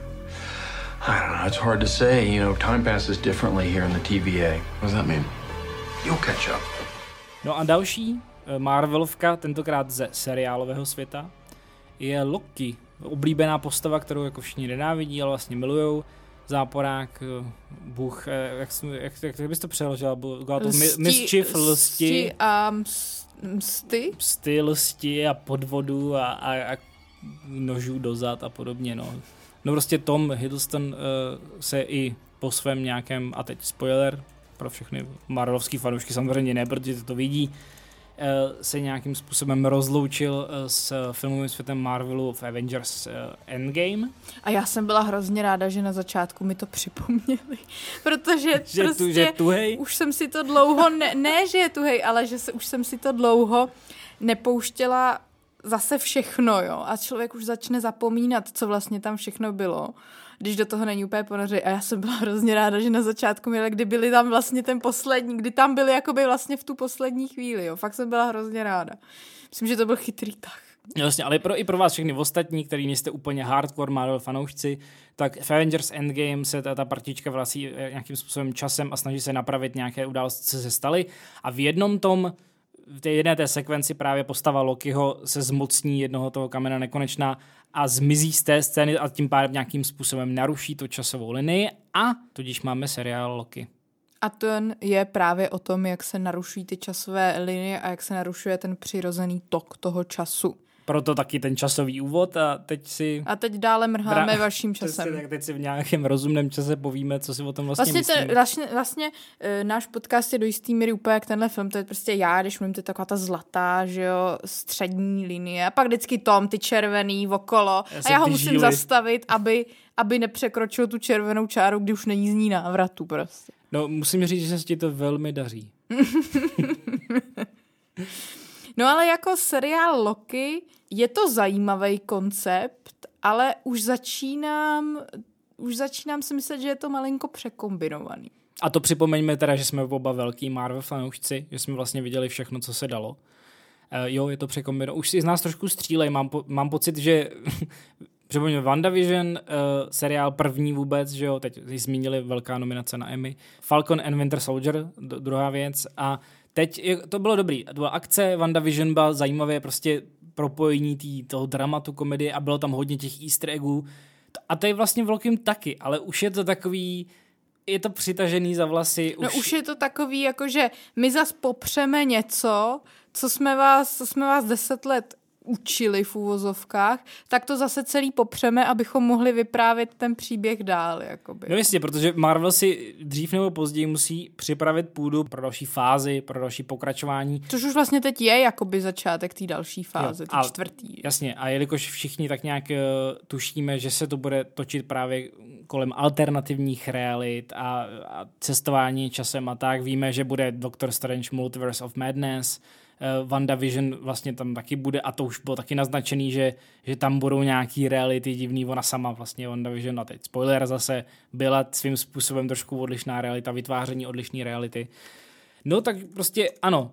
I don't know, it's hard to say. You know, time passes differently here in the TVA. What does that mean? You'll catch up. No a další Marvelovka, tentokrát ze seriálového světa, je Loki. Oblíbená postava, kterou jako všichni nenávidí, ale vlastně milujou. Záporák, bůh, jak bys to přeložila? Mischief, lsti. A msty? Msty, lsti a podvodu a nožů dozad a podobně, no. No prostě Tom Hiddleston se i po svém nějakém, a teď spoiler, pro všechny Marvelovský fanoušky samozřejmě ne, protože to vidí, se nějakým způsobem rozloučil s filmovým světem Marvelu v Avengers Endgame. A já jsem byla hrozně ráda, že na začátku mi to připomněli, protože že tuhej? Už jsem si to dlouho, ne že je tuhej, ale že už jsem si to dlouho nepouštěla zase všechno, jo, a člověk už začne zapomínat, co vlastně tam všechno bylo, když do toho není úplně ponoři. A já jsem byla hrozně ráda, že na začátku měla, kdy byli tam vlastně ten poslední, kdy tam byli jakoby vlastně v tu poslední chvíli, jo. Fakt jsem byla hrozně ráda. Myslím, že to byl chytrý tah. Vlastně, ale i pro vás všechny ostatní, který nejste úplně hardcore Marvel fanoušci, tak v Avengers Endgame se ta partička vrací nějakým způsobem časem a snaží se napravit nějaké události, co se staly. A v jedné té sekvenci právě postava Lokiho se zmocní jednoho toho kamena nekonečná a zmizí z té scény a tím pádem nějakým způsobem naruší tu časovou linii a tudíž máme seriál Loki. A ten je právě o tom, jak se narušují ty časové linie a jak se narušuje ten přirozený tok toho času. Proto taky ten časový úvod a teď dále mrháme vaším časem. Tak teď si v nějakém rozumném čase povíme, co si o tom vlastně myslíme. Vlastně náš podcast je do jistý míry úplně jak tenhle film, to je prostě já, když mluvím, to je taková ta zlatá, že jo, střední linie a pak vždycky Tom, ty červený okolo a já ho musím zastavit, aby nepřekročil tu červenou čáru, kdy už není z ní návratu prostě. No, musím říct, že se ti to velmi daří. No ale jako seriál Loki je to zajímavý koncept, ale už začínám si myslet, že je to malinko překombinovaný. A to připomeňme teda, že jsme oba velký Marvel fanoušci, že jsme vlastně viděli všechno, co se dalo. Jo, je to překombinovaný. Už si z nás trošku střílej, mám pocit, že připomeňme WandaVision, seriál první vůbec, že jo, teď zmínili velká nominace na Emmy. Falcon and Winter Soldier, druhá věc a teď to bylo dobrý. Akce WandaVision byla zajímavé prostě propojení toho dramatu, komedie a bylo tam hodně těch easter eggů. A to je vlastně v Lokim taky, ale už je to takový, je to přitažený za vlasy. Už je to takový, jakože my zas popřeme něco, co jsme vás 10 let učili v úvozovkách, tak to zase celý popřeme, abychom mohli vyprávět ten příběh dál. Jakoby. No jistě, protože Marvel si dřív nebo později musí připravit půdu pro další fázi, pro další pokračování. Což už vlastně teď je jakoby začátek té další fáze, té čtvrtý. Jasně, a jelikož všichni tak nějak tušíme, že se to bude točit právě kolem alternativních realit a cestování časem a tak, víme, že bude Doctor Strange Multiverse of Madness, WandaVision vlastně tam taky bude a to už bylo taky naznačený, že tam budou nějaký reality divný, ona sama vlastně WandaVision, a teď spoiler zase, byla svým způsobem trošku odlišná realita, vytváření odlišné reality. No tak prostě ano,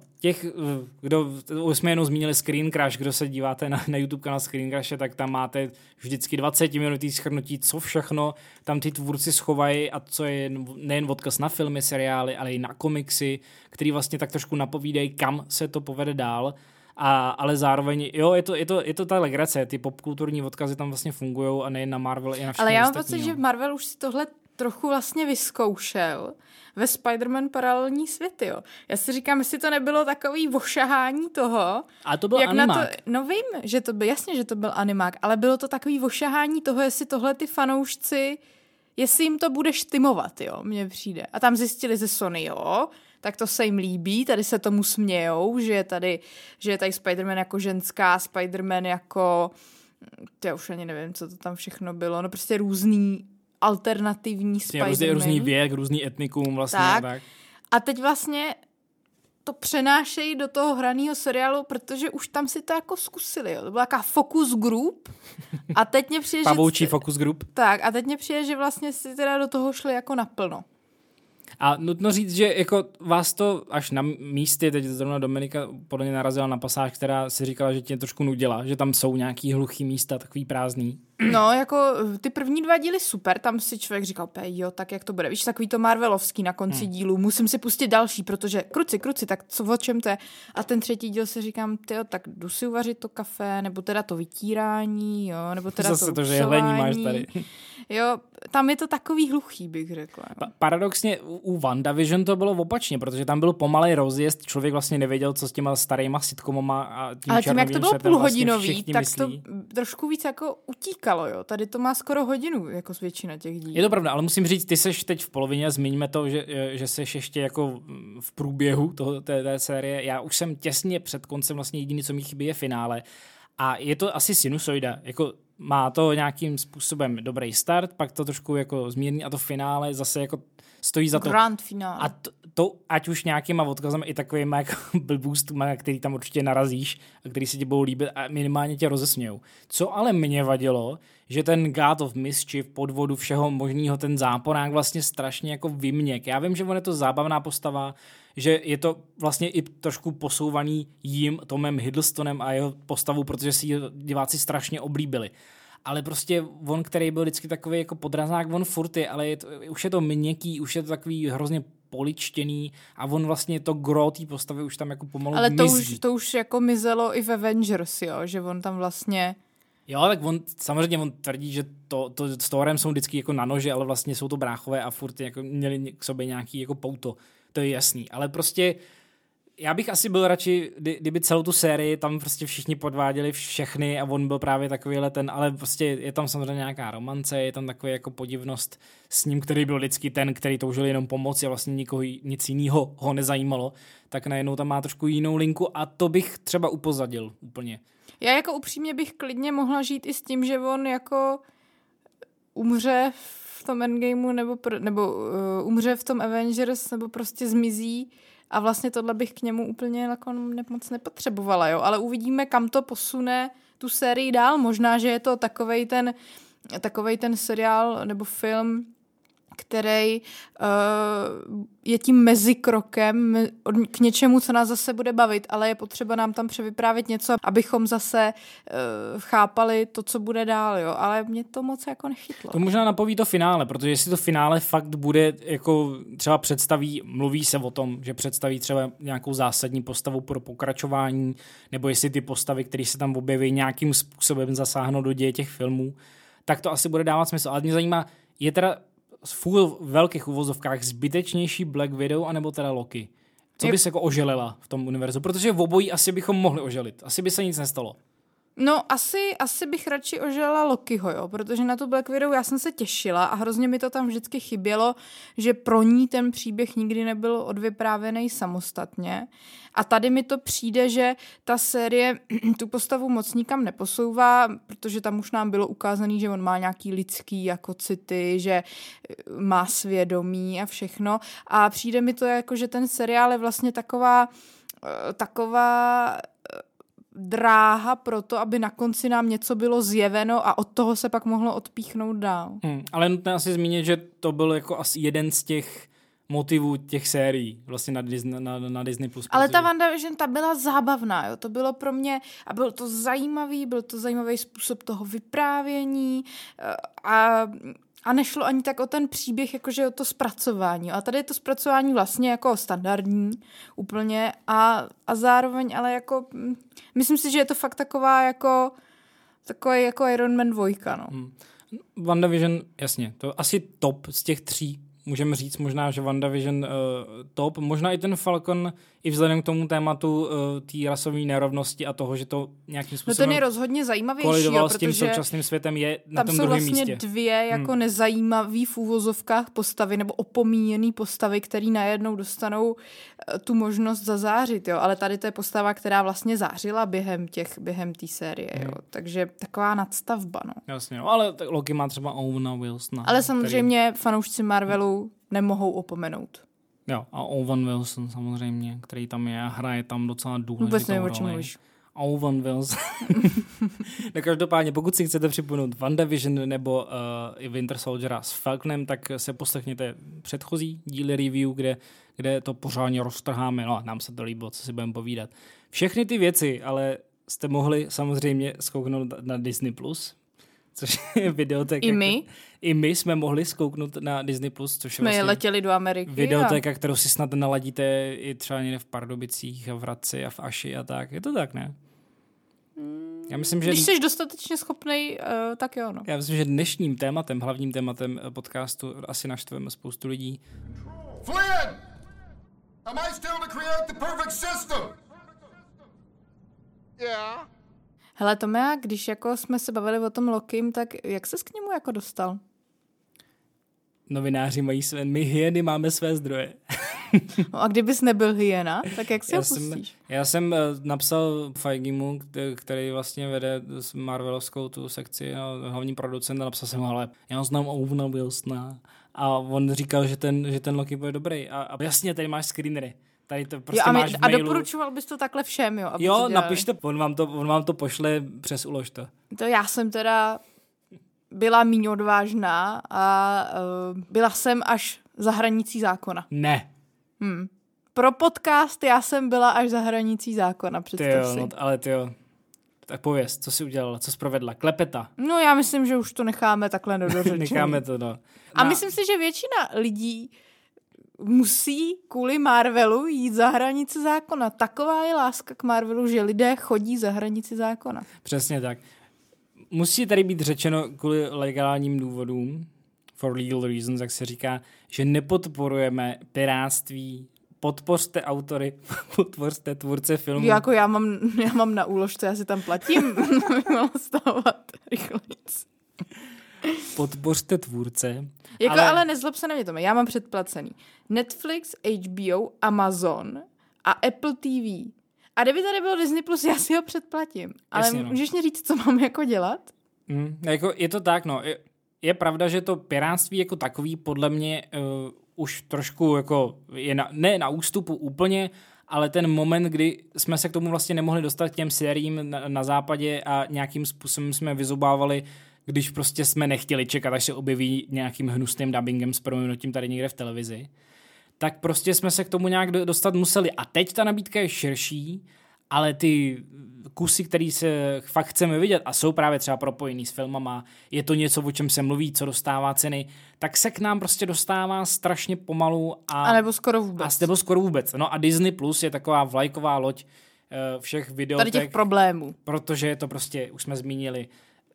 už jsme jenom zmínili Screen Crush, kdo se díváte na YouTube kanál Screen Crushe, tak tam máte vždycky 20-minutý shrnutí, co všechno tam ty tvůrci schovají a co je nejen odkaz na filmy, seriály, ale i na komiksy, který vlastně tak trošku napovídají, kam se to povede dál. Ale zároveň, jo, je to ta legrace, ty popkulturní odkazy tam vlastně fungujou a nejen na Marvel, i na všechny ale já mám ostatní, pocit, že Marvel už si tohle trochu vlastně vyzkoušel ve Spider-Man paralelní světy, jo. Já si říkám, jestli to nebylo takový vošahání toho. A to byl animák. No vím, že to byl, jasně, že to byl animák, ale bylo to takový vošahání toho, jestli tohle ty fanoušci, jestli jim to bude štimovat, jo, mně přijde. A tam zjistili ze Sony, jo, tak to se jim líbí, tady se tomu smějou, že je tady Spider-Man jako ženská, Spider-Man jako, já už ani nevím, co to tam všechno bylo, no prostě různý alternativní Spider-Man. Různý věk, různý etnikum vlastně. Tak. A teď vlastně to přenášejí do toho hraného seriálu, protože už tam si to jako zkusili. Jo. To byla taková focus group. A teď mě přijde, pavoučí focus group. Tak, a teď mě přijde, že vlastně si teda do toho šli jako naplno. A nutno říct, že jako vás to až na místě, teď zrovna Dominika podle mě narazila na pasáž, která si říkala, že tě trošku nudila, že tam jsou nějaký hluchý místa, takový prázdný. No, jako ty první 2 díly super, tam si člověk říkal, jo, tak jak to bude. Víš, takový to Marvelovský na konci dílu, musím si pustit další, protože kruci, tak co, o čem to je? A ten 3. díl si říkám, tak jdu si uvařit to kafe, nebo teda to vytírání, jo, nebo teda zase to žehlení máš tady. Jo, tam je to takový hluchý, bych řekla. Paradoxně u WandaVision to bylo opačně, protože tam byl pomalej rozjezd, člověk vlastně nevěděl, co s těma starýma sitcomama a tím. Ale tím, jak to bylo půlhodinový, vlastně tak to trošku víc jako utíkalo, jo. Tady to má skoro hodinu, jako většina těch dílů. Je to pravda, ale musím říct, ty seš teď v polovině, zmiňme to, že seš ještě jako v průběhu té série. Já už jsem těsně před koncem, vlastně jediný, co mi chybí, je finále. A je to asi sinusoida, jako má to nějakým způsobem dobrý start, pak to trošku jako zmírní a to finále zase jako stojí za to. Grand finále. A to ať už nějakýma odkazami i takovýma jako blbůstma, který tam určitě narazíš a který se ti budou líbit a minimálně tě rozesmějou. Co ale mě vadilo, že ten God of Mischief, podvodu, všeho možného, ten záporák vlastně strašně jako vyměk. Já vím, že on je to zábavná postava, že je to vlastně i trošku posouvaný jím, Tomem Hiddlestonem a jeho postavu, protože si ji diváci strašně oblíbili. Ale prostě on, který byl vždycky takový jako podrazák, on furt je, ale už je to měkký, už je to takový hrozně poličtěný a on vlastně to gro té postavy už tam jako pomalu ale mizí. to už jako mizelo i v Avengers, jo, že on tam vlastně... Jo, tak samozřejmě on tvrdí, že to s Thorem jsou vždycky jako na nože, ale vlastně jsou to bráchové a furt jako měli k sobě nějaký jako pouto. To je jasný, ale prostě já bych asi byl radši, kdyby celou tu sérii tam prostě všichni podváděli všechny a on byl právě takovýhle ale prostě je tam samozřejmě nějaká romance, je tam takový jako podivnost s ním, který byl vždycky ten, který toužil jenom pomoci a vlastně nikoho nic jiného ho nezajímalo, tak najednou tam má trošku jinou linku a to bych třeba upozadil úplně. Já jako upřímně bych klidně mohla žít i s tím, že on jako umře v tom Endgameu nebo umře v tom Avengers nebo prostě zmizí a vlastně tohle bych k němu úplně jako moc nepotřebovala, jo. Ale uvidíme, kam to posune tu sérii dál. Možná, že je to takovej ten seriál nebo film, který je tím mezikrokem k něčemu, co nás zase bude bavit, ale je potřeba nám tam převyprávět něco, abychom zase chápali to, co bude dál, jo. Ale mě to moc jako nechytlo. To možná napoví to finále, protože jestli to finále fakt bude jako třeba mluví se o tom, že představí třeba nějakou zásadní postavu pro pokračování, nebo jestli ty postavy, které se tam objeví, nějakým způsobem zasáhnou do děje těch filmů, tak to asi bude dávat smysl. Ale mě zajímá, je teda v velkých uvozovkách zbytečnější Black Widow anebo teda Loki? Co bys jako oželila v tom univerzu? Protože v obojí asi bychom mohli oželit. Asi by se nic nestalo. No, asi bych radši oželila Lokiho, jo, protože na tu Black Widow já jsem se těšila a hrozně mi to tam vždycky chybělo, že pro ní ten příběh nikdy nebyl odvyprávěný samostatně. A tady mi to přijde, že ta série tu postavu moc nikam neposouvá, protože tam už nám bylo ukázané, že on má nějaký lidský jako city, že má svědomí a všechno. A přijde mi to jako, že ten seriál je vlastně taková dráha pro to, aby na konci nám něco bylo zjeveno a od toho se pak mohlo odpíchnout dál. Ale nutné asi zmínit, že to byl jako asi jeden z těch motivů těch sérií vlastně na Disney+. Ale ta WandaVision, ta byla zábavná, jo. To bylo pro mě, a byl to zajímavý způsob toho vyprávění a nešlo ani tak o ten příběh, jakože o to zpracování. A tady je to zpracování vlastně jako standardní úplně a zároveň, ale jako myslím si, že je to fakt takový jako Iron Man 2, no. WandaVision, jasně, to asi top z těch 3. Můžeme říct možná, že WandaVision top, možná i ten Falcon, i vzhledem k tomu tématu té rasové nerovnosti a toho, že to nějakým způsobem ten je rozhodně zajímavější, kolidoval s tím současným světem, je na tom druhém místě. Tam jsou vlastně dvě jako nezajímavý v úvozovkách postavy nebo opomíjený postavy, který najednou dostanou tu možnost zazářit, jo. Ale tady to je postava, která vlastně zářila během té série, jo. Takže taková nadstavba, no. Jasně, no, ale Loki má třeba Owena Wilsona. Ale samozřejmě fanoušci Marvelu nemohou opomenout. Jo, a Owen Wilson samozřejmě, který tam je a hraje tam docela důležitou Vůbec nevím, roli. o čem mluvíš. Owen Wilson. No každopádně, pokud si chcete připomenout WandaVision nebo Winter Soldiera s Falconem, tak se poslechněte předchozí díly review, kde to pořádně roztrháme. No, nám se to líbilo, co si budeme povídat. Všechny ty věci, ale jste mohli samozřejmě zkouknout na Disney+, což je videotéka. I my jsme mohli zkouknout na Disney+, což je vlastně letěli do Ameriky. Videotéka, kterou si snad naladíte i třeba někde v Pardubicích a v Hradci a v Aši a tak. Je to tak, ne? Já myslím, že když jsi dostatečně schopnej, tak jo, no. Já myslím, že dnešním tématem, hlavním tématem podcastu asi naštveme spoustu lidí. Flynn! Am I still to create the perfect system? Yeah. Hele, Tome, když jako jsme se bavili o tom Lokim, tak jak ses k němu jako dostal? Novináři mají my hyeny máme své zdroje. No a kdybys nebyl hyena, tak jak si ho pustíš? Já jsem napsal Feigimu, který vlastně vede Marvelovskou tu sekci, hlavní producent, a napsal jsem ho, ale já znám Owena Wilsona a on říkal, že ten Loki bude dobrý. A jasně, tady máš screenery. Tady to prostě máš v mailu. A doporučoval bys to takhle všem, jo? Jo, napište, on vám to pošle přes Uložto. To já jsem teda byla míň odvážná a byla jsem až za hranicí zákona. Ne. Pro podcast já jsem byla až za hranicí zákona, představ si. No, ale tyjo, tak pověz, co jsi udělala, co jsi provedla? Klepeta. No já myslím, že už to necháme takhle dořečený. Necháme to, no. A myslím si, že většina lidí musí kvůli Marvelu jít za hranici zákona. Taková je láska k Marvelu, že lidé chodí za hranici zákona. Přesně tak. Musí tady být řečeno kvůli legálním důvodům, for legal reasons, jak se říká, že nepodporujeme pirátství. Podpořte autory, podpořte tvůrce filmů. Jako já mám na úložce, já si tam platím. Mám stávat rychlejc. Podpořte tvůrce. Jako, ale nezlob se na mě, Tome, já mám předplacený Netflix, HBO, Amazon a Apple TV. A kdyby tady byl Disney+, já si ho předplatím. Ale jasně, můžeš mi říct, co mám jako dělat? Jako je to tak, no. Je pravda, že to pirátství jako takový podle mě už trošku jako je ne na ústupu úplně, ale ten moment, kdy jsme se k tomu vlastně nemohli dostat k těm sériím na západě a nějakým způsobem jsme vyzobávali když prostě jsme nechtěli čekat, až se objeví nějakým hnusným dubbingem s prominutím tady někde v televizi, tak prostě jsme se k tomu nějak dostat museli. A teď ta nabídka je širší, ale ty kusy, který se fakt chceme vidět a jsou právě třeba propojený s filmama, je to něco, o čem se mluví, co dostává ceny, tak se k nám prostě dostává strašně pomalu. A nebo skoro vůbec. No a Disney Plus je taková vlajková loď všech videotek. Tady těch problémů. Protože je to prostě, už jsme zmínili,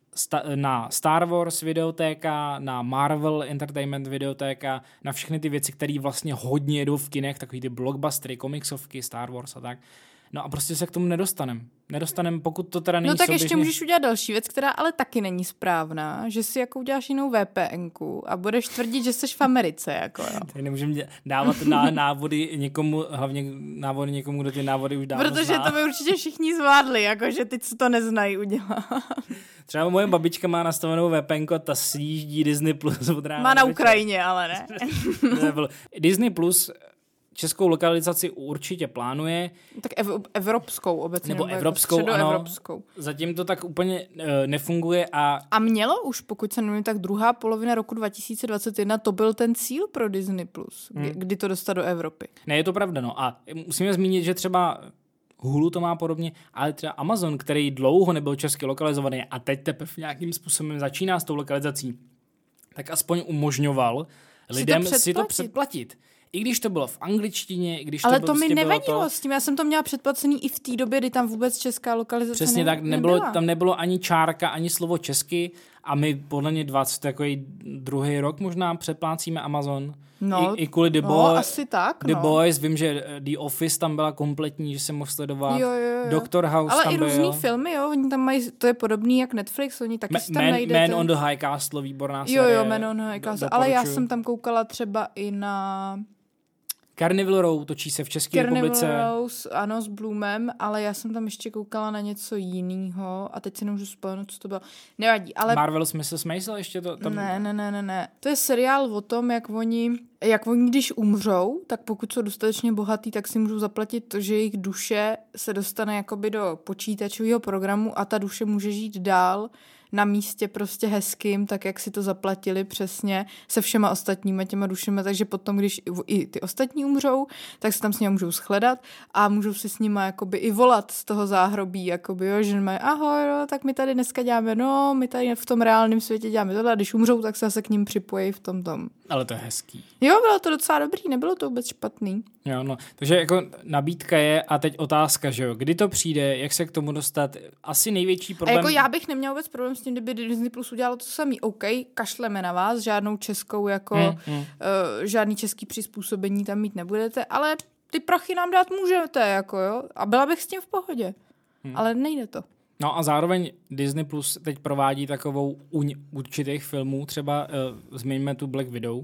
na Star Wars videotéka, na Marvel Entertainment videotéka, na všechny ty věci, které vlastně hodně jedou v kinech, takový ty blockbustery, komiksovky, Star Wars a tak. No a prostě se k tomu nedostanem, pokud to teda není No tak souběžně... ještě můžeš udělat další věc, která ale taky není správná, že si jako uděláš jinou VPNku a budeš tvrdit, že jsi v Americe, jako jo. Tady nemůžeme dávat návody někomu, hlavně návody někomu, kdo ty návody už dávno Protože zná. to by určitě všichni zvládli, jakože ty, co to neznají, udělat. Třeba moje babička má nastavenou VPNku a ta sjíždí Disney Plus od rána. Má na Ukrajině, ale ne. Disney Plus českou lokalizaci určitě plánuje. Tak evropskou obecně. Nebo evropskou, ano. Zatím to tak úplně nefunguje. A mělo už, pokud se nevím, tak druhá polovina roku 2021, to byl ten cíl pro Disney+, kdy to dostat do Evropy. Ne, je to pravda, no. A musíme zmínit, že třeba Hulu to má podobně, ale třeba Amazon, který dlouho nebyl česky lokalizovaný a teď teprve nějakým způsobem začíná s tou lokalizací, tak aspoň umožňoval lidem si to předplatit. I když to bylo v angličtině, i když ale to mi nevadilo s tím, já jsem to měla předplacený i v té době, kdy tam vůbec česká lokalizace přesně tak, tam nebylo ani čárka, ani slovo česky a my podle mě 22. rok možná přeplácíme Amazon. No, I kvůli The Boys. Asi tak, The Boys, vím, že The Office tam byla kompletní, že jsem mohl sledovat. Jo. Doctor House ale tam byl. Ale i různý filmy, jo, oni tam mají, to je podobný jak Netflix, oni taky si tam najdete. Man on the High Castle, výborná série. Jo, Man on the High Castle, ale já jsem tam koukala třeba i na... Carnival Row točí se v České republice. Carnival Row, ano, s Bloomem, ale já jsem tam ještě koukala na něco jiného a teď si nemůžu vzpomenout, co to bylo. Nevadí, ale... Marvelous Mrs. Maisel ještě to... Tam... Ne. To je seriál o tom, jak oni, když umřou, tak pokud jsou dostatečně bohatý, tak si můžou zaplatit to, že jejich duše se dostane jakoby do počítačového programu a ta duše může žít dál na místě prostě hezkým, tak jak si to zaplatili přesně se všema ostatníma těma dušema, takže potom, když i ty ostatní umřou, tak se tam s nimi můžou shledat a můžou si s nima jakoby i volat z toho záhrobí, jakoby, jo, že mají ahoj, no, tak my tady dneska děláme, no, my tady v tom reálném světě děláme tohle a když umřou, tak se zase k ním připojí v tom. Ale to je hezký. Jo, bylo to docela dobrý, nebylo to vůbec špatný. Jo, no, takže jako nabídka je a teď otázka, že jo, kdy to přijde, jak se k tomu dostat, asi největší problém... A jako já bych neměl vůbec problém s tím, kdyby Disney Plus udělalo to samý, OK, kašleme na vás, žádnou českou jako, žádný český přizpůsobení tam mít nebudete, ale ty prachy nám dát můžete, jako jo, a byla bych s tím v pohodě, ale nejde to. No a zároveň Disney Plus teď provádí takovou určitých filmů, třeba zmiňme tu Black Widow,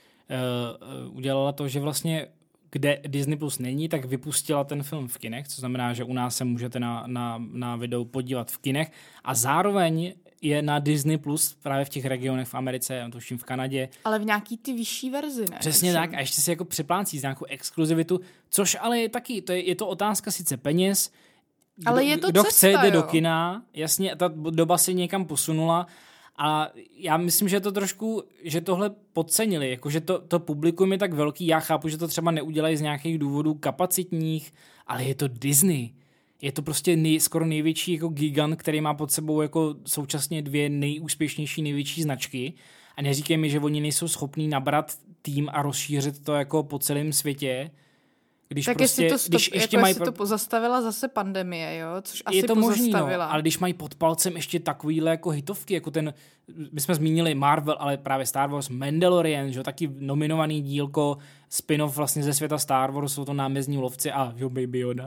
udělala to, že vlastně kde Disney Plus není, tak vypustila ten film v kinech, co znamená, že u nás se můžete na video podívat v kinech a zároveň je na Disney Plus právě v těch regionech v Americe, tuším v Kanadě. Ale v nějaký ty vyšší verzi, ne? Přesně tak a ještě si jako připlácí z nějakou exkluzivitu, což ale je taky, je to otázka sice peněz, ale je to kdo cesta, chce, jde jo. do kina, jasně, ta doba se někam posunula a já myslím, že to trošku, že tohle podcenili, jakože to publikum je tak velký, já chápu, že to třeba neudělají z nějakých důvodů kapacitních, ale je to Disney. Je to prostě skoro největší jako gigant, který má pod sebou jako současně dvě nejúspěšnější, největší značky a neříkej mi, že oni nejsou schopní nabrat tým a rozšířit to jako po celém světě. Když tak prostě, jestli to pozastavila zase pandemie, jo? Což asi je to možný, no, pozastavila. ale když mají pod palcem ještě takovýhle jako hitovky, jako ten, my jsme zmínili Marvel, ale právě Star Wars, Mandalorian, že jo, taky nominovaný dílko, spin-off vlastně ze světa Star Wars, jsou to námezní lovci a jo, Baby Yoda.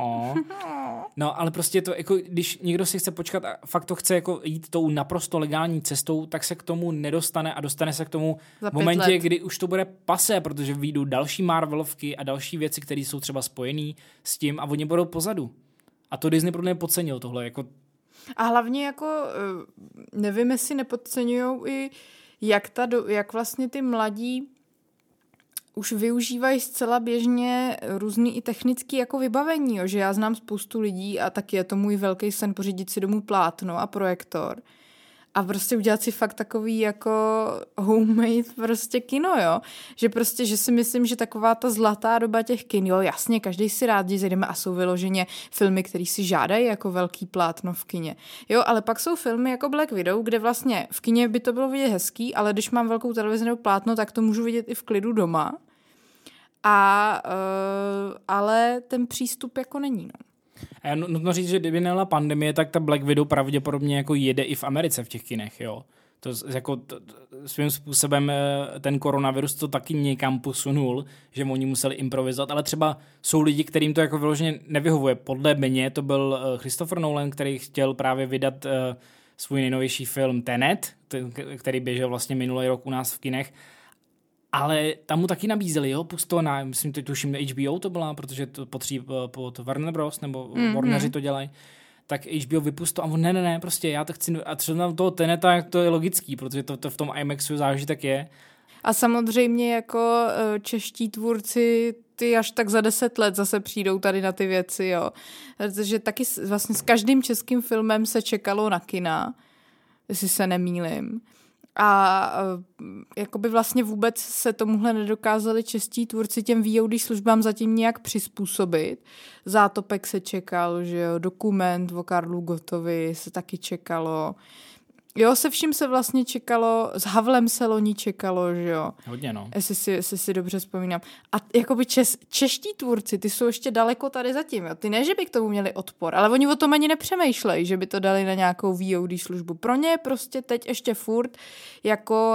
No, ale prostě to, jako, když někdo si chce počkat a fakt to chce jako jít tou naprosto legální cestou, tak se k tomu nedostane a dostane se k tomu v momentě, kdy už to bude pasé, protože vyjdou další Marvelovky a další věci, které jsou třeba spojený s tím a oni budou pozadu. A to Disney pro mě podcenil tohle, jako... A hlavně jako, nevím, jestli nepodceňujou i, jak vlastně ty mladí už využívají zcela běžně různý i technický jako vybavení, jo? Že já znám spoustu lidí a taky je to můj velký sen pořídit si domů plátno a projektor. a prostě udělat si fakt takový jako homemade prostě kino, jo. Že prostě, že si myslím, že taková ta zlatá doba těch kin, jo, jasně, každý si rád zajdeme a jsou vyloženě filmy, které si žádají jako velký plátno v kině. Jo, ale pak jsou filmy jako Black Widow, kde vlastně v kině by to bylo vidět hezký, ale když mám velkou televizi nebo plátno, tak to můžu vidět i v klidu doma. Ale ten přístup jako není, no. A já nutno říct, že kdyby nebyla pandemie, tak ta Black Widow pravděpodobně jako jede i v Americe v těch kinech, jo. To jako svým způsobem ten koronavirus to taky někam posunul, že oni museli improvizovat, ale třeba jsou lidi, kterým to jako vyloženě nevyhovuje. Podle mě to byl Christopher Nolan, který chtěl právě vydat svůj nejnovější film Tenet, který běžel vlastně minulý rok u nás v kinech, ale tam mu taky nabízeli, jo, pust to na, myslím, tuším, HBO to byla, protože to potří pod Warner Bros. Nebo Warneri to dělají, tak HBO vypust to a on ne, prostě já to chci, a třeba toho Teneta, to je logický, protože to v tom IMAXu zážitek je. A samozřejmě jako čeští tvůrci, ty až tak za 10 let zase přijdou tady na ty věci, jo. Protože taky vlastně s každým českým filmem se čekalo na kina, jestli se nemýlim. A jakoby vlastně vůbec se tomuhle nedokázali čeští tvůrci těm VOD službám zatím nějak přizpůsobit. Zátopek se čekal, že jo, Dokument o Karlu Gottovi se taky čekalo. Jo, se vším se vlastně čekalo, s Havlem se loni čekalo, že jo. Hodně, no. Jestli si dobře vzpomínám. A jakoby čeští tvůrci, ty jsou ještě daleko tady zatím, jo. Ty ne, že by k tomu měli odpor, ale oni o tom ani nepřemýšlejí, že by to dali na nějakou VOD službu. Pro ně je prostě teď ještě furt jako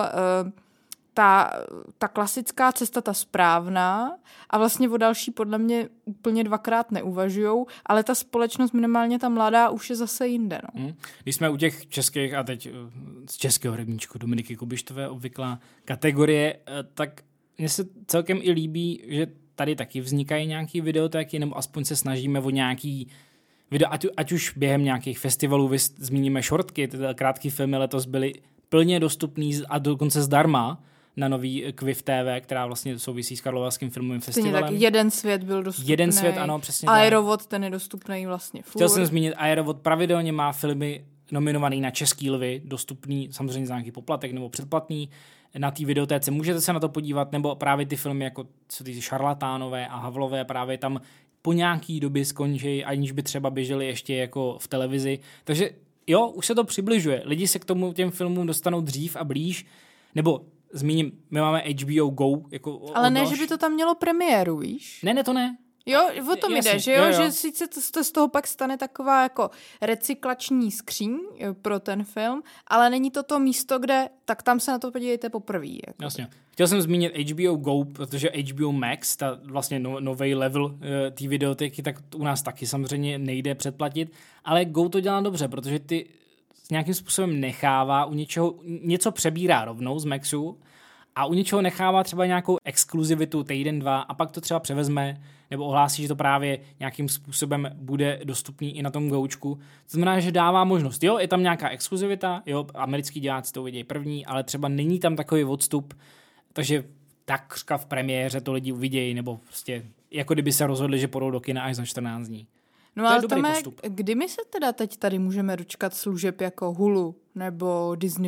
ta klasická cesta, ta správná a vlastně o další podle mě úplně dvakrát neuvažujou, ale ta společnost, minimálně ta mladá, už je zase jinde. No. Když jsme u těch českých a teď z českého rybníčku Dominiky Kubištové obvyklá kategorie, tak mně se celkem i líbí, že tady taky vznikají nějaký videotéky, nebo aspoň se snažíme o nějaký video, ať už během nějakých festivalů, zmíníme shortky, ty krátký filmy letos byly plně dostupný a dokonce zdarma na nový Kviv TV, která vlastně souvisí s Karlovarským filmovým festivalem. Tak Jeden svět byl dostupný. Jeden svět, ano, přesně. Aerovod, ten je dostupný vlastně furt. Chtěl jsem zmínit, Aerovod pravidelně má filmy nominovaný na Český lvy, dostupný samozřejmě za nějaký poplatek nebo předplatný na té videotéce. Můžete se na to podívat, nebo právě ty filmy jako ty Šarlatánové a Havlové právě tam po nějaký době skončí, aniž by třeba běželi ještě jako v televizi. Takže jo, už se to přibližuje. Lidi se k tomu těm filmům dostanou dřív a blíž, nebo zmíním, my máme HBO Go. Jako ale ne, že by to tam mělo premiéru, víš? Ne, to ne. Jo, o tom jde, že jo? Že sice to z toho pak stane taková jako recyklační skříň pro ten film, ale není to místo, kde, tak tam se na to podívejte poprvé. Jako. Jasně. Chtěl jsem zmínit HBO Go, protože HBO Max, ta vlastně nový level té videotéky, tak u nás taky samozřejmě nejde předplatit, ale Go to dělá dobře, protože ty nějakým způsobem nechává u něčeho, něco přebírá rovnou z Maxu a u něčeho nechává třeba nějakou exkluzivitu týden, 2 a pak to třeba převezme nebo ohlásí, že to právě nějakým způsobem bude dostupný i na tom Goučku. To znamená, že dává možnost. Jo, je tam nějaká exkluzivita, jo, americký diváci to vidějí první, ale třeba není tam takový odstup, takže takřka v premiéře to lidi uvidějí, nebo prostě jako kdyby se rozhodli, že půjdou do kina až za 14 dní. No ale Tome, kdy my se teda teď tady můžeme dočkat služeb jako Hulu nebo Disney+.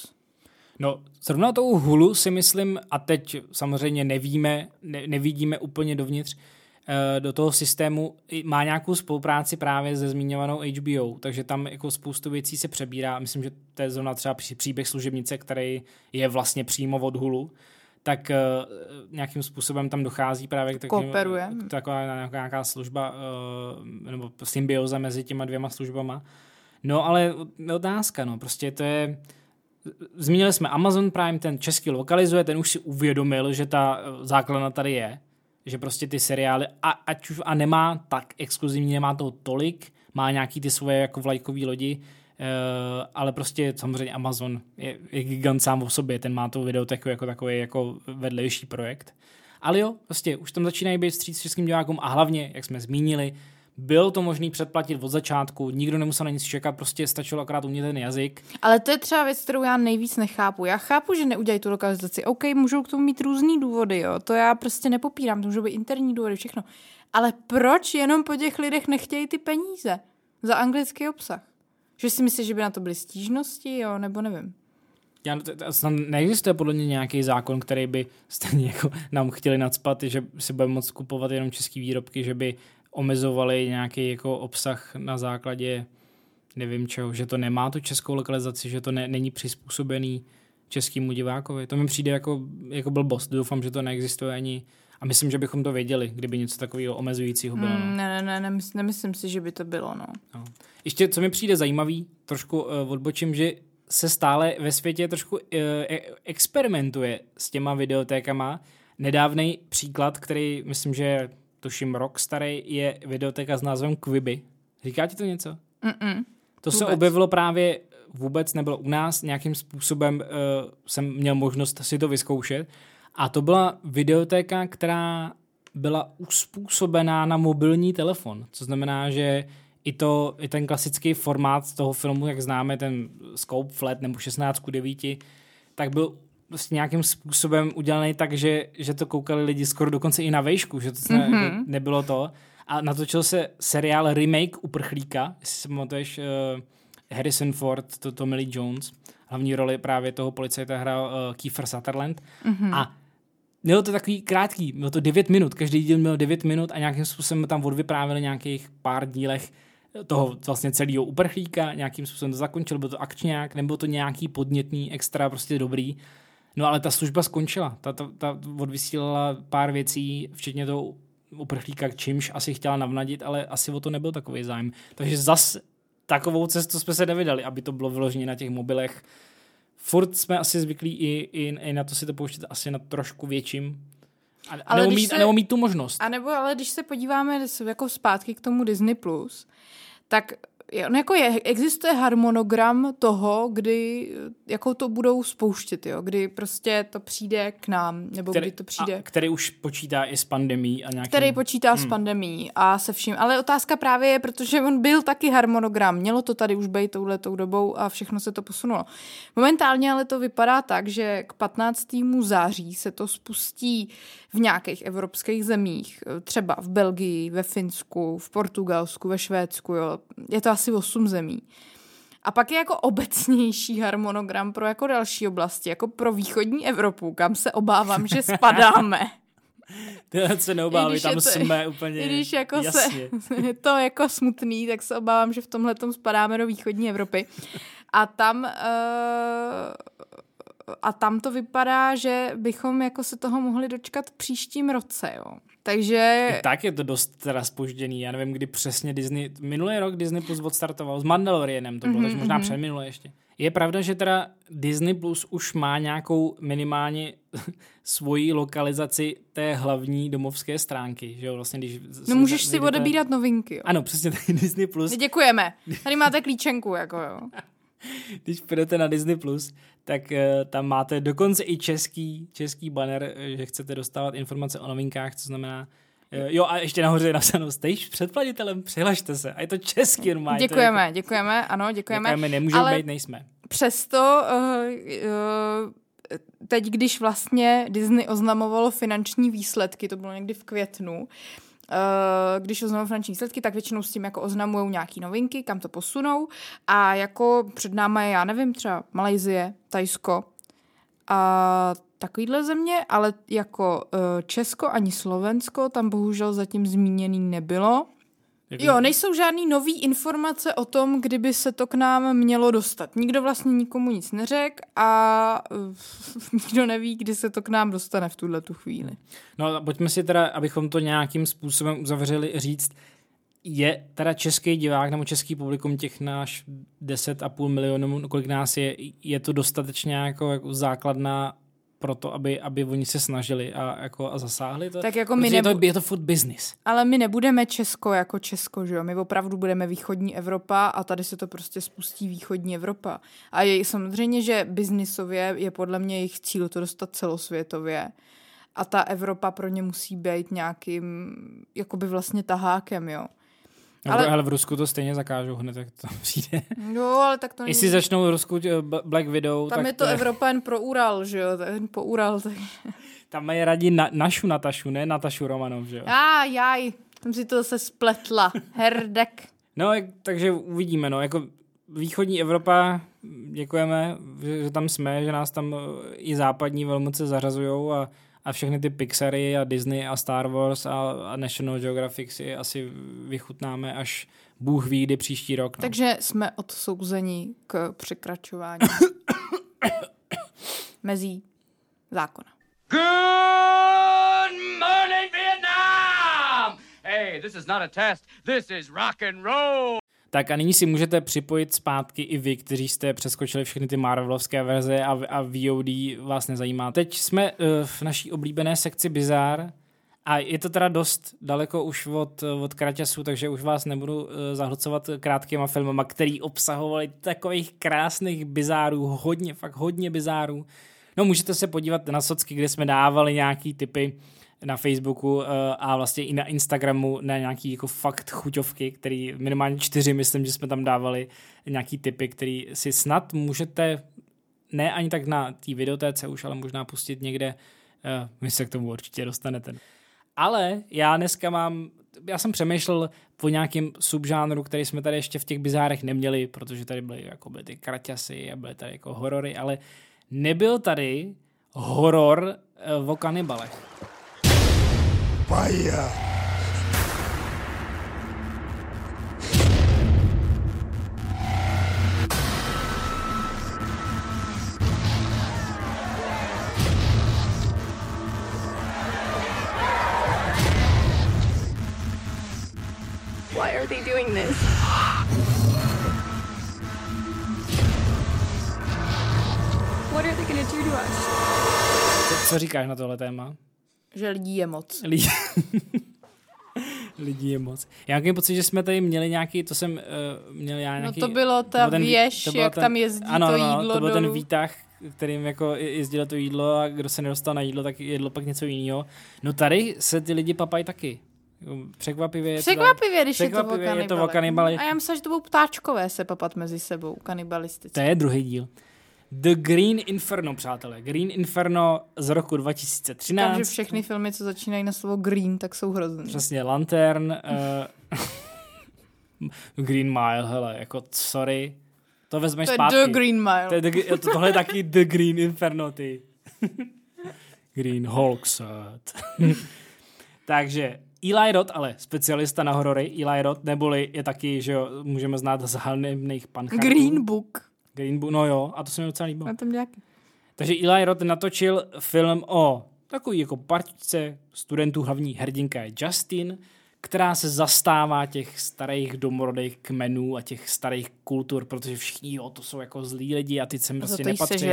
No, zrovna tou Hulu si myslím, a teď samozřejmě nevidíme úplně dovnitř do toho systému, má nějakou spolupráci právě se zmiňovanou HBO, takže tam jako spoustu věcí se přebírá. Myslím, že to je zrovna třeba příběh služebnice, který je vlastně přímo od Hulu, tak nějakým způsobem tam dochází právě k taková nějaká služba nebo symbioza mezi těma dvěma službama. No ale otázka, no, prostě to je... Zmínili jsme Amazon Prime, ten český lokalizuje, ten už si uvědomil, že ta základna tady je, že prostě ty seriály, ať už a nemá tak exkluzivní, nemá toho tolik, má nějaký ty svoje jako vlajkový lodi, ale prostě samozřejmě Amazon je gigant sám o sobě, ten má to videoteku jako takový jako vedlejší projekt. Ale jo, prostě už tam začínají být vstříc českým divákům a hlavně, jak jsme zmínili, bylo to možné předplatit od začátku, nikdo nemusel na nic čekat, prostě stačilo akorát umět ten jazyk. Ale to je třeba věc, kterou já nejvíc nechápu. Já chápu, že neudělají tu lokalizaci. OK, můžou k tomu mít různý důvody, jo. To já prostě nepopírám, to můžou být interní důvody, všechno. Ale proč jenom po těch lidech nechtějí ty peníze za anglický obsah? Že si myslíš, že by na to byly stížnosti, jo, nebo nevím. Neexistuje podle mě nějaký zákon, který by stejně jako nám chtěli nacpat, že si budeme moct kupovat jenom český výrobky, že by omezovali nějaký jako obsah na základě nevím čeho, že to nemá tu českou lokalizaci, že to není přizpůsobený českému divákovi. To mi přijde jako blbost. Doufám, že to neexistuje ani a myslím, že bychom to věděli, kdyby něco takového omezujícího bylo. No. Nemyslím si, že by to bylo. No. Ještě, co mi přijde zajímavý, trošku odbočím, že se stále ve světě trošku experimentuje s těma videotékama. Nedávnej příklad, který myslím, že tuším rok starý, je videotéka s názvem Quibi. Říká ti to něco? To se objevilo právě vůbec nebylo u nás, nějakým způsobem jsem měl možnost si to vyzkoušet a to byla videotéka, která byla uspůsobená na mobilní telefon, co znamená, že i ten klasický formát toho filmu, jak známe, ten scope flat nebo 16:9, tak byl vlastně nějakým způsobem udělaný tak, že to koukali lidi skoro dokonce i na vejšku, že to nebylo to. A natočil se seriál remake Uprchlíka, jestli si pamatuješ, Harrison Ford, Tommy Lee Jones, hlavní roli právě toho policajta hrál Kiefer Sutherland. A bylo to takový krátký, bylo to 9 minut, každý díl měl 9 minut a nějakým způsobem tam odvyprávili nějakých pár dílech toho vlastně celého Uprchlíka, nějakým způsobem to zakončil, byl to akčňák, nebylo to nějaký podnětný, extra prostě dobrý. No ale ta služba skončila, ta odvysílala pár věcí, včetně toho Uprchlíka, čímž asi chtěla navnadit, ale asi o to nebyl takový zájem. Takže zas takovou cestu jsme se nevydali, aby to bylo vyloženě na těch mobilech. Furt jsme asi zvyklí i na to si to pouštět asi na trošku větším. A nebo mít tu možnost. A nebo ale když se podíváme jako zpátky k tomu Disney+, tak jako existuje harmonogram toho, kdy jako to budou spouštět, jo? Kdy prostě to přijde k nám, nebo kdy to přijde. Který už počítá i s pandemií. Který počítá s pandemií a se vším. Ale otázka právě je, protože on byl taky harmonogram. Mělo to tady už být touhletou dobou a všechno se to posunulo. Momentálně ale to vypadá tak, že k 15. září se to spustí v nějakých evropských zemích. Třeba v Belgii, ve Finsku, v Portugalsku, ve Švédsku. Jo? Je to asi 8 zemí. A pak je jako obecnější harmonogram pro jako další oblasti, jako pro východní Evropu, kam se obávám, že spadáme. Tyhle se neobávej, tam jsme úplně jasně. Když jako je to jako smutný, tak se obávám, že v tomhletom spadáme do východní Evropy. A tam to vypadá, že bychom jako se toho mohli dočkat příštím roce, jo. Takže... I tak je to dost teda zpožděný. Já nevím, kdy přesně minulý rok Disney Plus odstartoval s Mandalorianem, to bylo, takže možná předminulé ještě. Je pravda, že teda Disney Plus už má nějakou minimálně svoji lokalizaci té hlavní domovské stránky, že jo, vlastně když... No můžeš si odebírat novinky, jo. Ano, přesně, Disney Plus. Děkujeme. Tady máte klíčenku, jako jo. Když půjdete na Disney Plus, tak tam máte dokonce i český banner, že chcete dostávat informace o novinkách, co znamená... Jo, a ještě nahoře je napsáno, jste již předplatitelem, přihlašte se. A je to český normálně. Děkujeme, ano, děkujeme. Nemůžeme být, nejsme. Přesto teď, když vlastně Disney oznamovalo finanční výsledky, to bylo někdy v květnu, když oznamují finanční výsledky, tak většinou s tím jako oznamujou nějaký novinky, kam to posunou a jako před náma je, já nevím, třeba Malajsie, Thajsko a takovýhle země, ale jako Česko ani Slovensko tam bohužel zatím zmíněný nebylo. Jo, nejsou žádný nový informace o tom, kdyby se to k nám mělo dostat. Nikdo vlastně nikomu nic neřekl a nikdo neví, kdy se to k nám dostane v tuhletu chvíli. No pojďme si teda, abychom to nějakým způsobem uzavřeli, říct, je teda český divák nebo český publikum těch náš 10,5 milionů, kolik nás je to dostatečně jako základná pro to, aby oni se snažili a zasáhli to? Tak jako je to food business. Ale my nebudeme Česko jako Česko, že jo? My opravdu budeme východní Evropa a tady se to prostě spustí východní Evropa. A je samozřejmě, že biznisově je podle mě jejich cíl to dostat celosvětově. A ta Evropa pro ně musí být nějakým jakoby vlastně tahákem, jo. Ale v Rusku to stejně zakážou hned, jak to přijde. No, ale tak to není... Jestli začnou v Rusku Black Widow, tam tak je to Evropan pro Ural, že jo, po Ural. Tak... Tam mají rádi našu Natašu, ne Natašu Romanov, že jo. Jaj, tam si to zase spletla, herdek. No, takže uvidíme, no, jako východní Evropa, děkujeme, že tam jsme, že nás tam i západní velmoce zařazujou a všechny ty Pixary a Disney a Star Wars a National Geographic si asi vychutnáme až Bůh ví, kdy příští rok. No. Takže jsme odsouzeni k překračování mezí zákona. Good morning, Vietnam! Hey, this is not a test, this is rock and roll! Tak a nyní si můžete připojit zpátky i vy, kteří jste přeskočili všechny ty Marvelovské verze a VOD vás nezajímá. Teď jsme v naší oblíbené sekci Bizár a je to teda dost daleko už od kraťasů, takže už vás nebudu zahlcovat krátkýma filmama, který obsahovali takových krásných bizárů, fakt hodně bizárů. No můžete se podívat na socky, kde jsme dávali nějaký tipy na Facebooku a vlastně i na Instagramu na nějaký jako fakt chuťovky, který minimálně 4, myslím, že jsme tam dávali nějaký tipy, který si snad můžete, ne ani tak na té videotéce už, ale možná pustit někde, vy se k tomu určitě dostanete. Ale já jsem přemýšlel po nějakém subžánru, který jsme tady ještě v těch bizárech neměli, protože tady byly ty kraťasy a byly tady jako horory, ale nebyl tady horor o kanibalech. Fire! Why are they doing this? What are they gonna do to us? Co říkáš na tohle téma? Že lidí je moc. Lidí je moc. Já mám pocit, že jsme tady měli nějaký, to jsem měl já nějaký... No to bylo ta věž, jak tam jezdí to jídlo to byl dolů. ten výtah, kterým jako jezdilo to jídlo a kdo se nedostal na jídlo, tak jedlo pak něco jiného. No tady se ty lidi papají taky. Překvapivě, když je to o kanibale. A já myslím, že to budou ptáčkové se papat mezi sebou, kanibalistici. To je druhý díl. The Green Inferno, přátelé. Green Inferno z roku 2013. Takže všechny filmy, co začínají na slovo green, tak jsou hrozný. Přesně, Lantern, Green Mile, hele, jako sorry. To vezmeš zpátky. To je The Green Mile. Tohle je taky The Green Inferno, ty. Green Hawksat. Takže Eli Roth, ale specialista na horory, Eli Roth, neboli je taky, že jo, můžeme znát z hanebných panchartů. Green Book, no jo, a to se mi docela líbilo. Na tom nějaký. Takže Eli Roth natočil film o takový jako partičce studentů, hlavní hrdinka je Justin, která se zastává těch starých domorodých kmenů a těch starých kultur, protože všichni, jo, to jsou jako zlí lidi a ty sem prostě nepatří.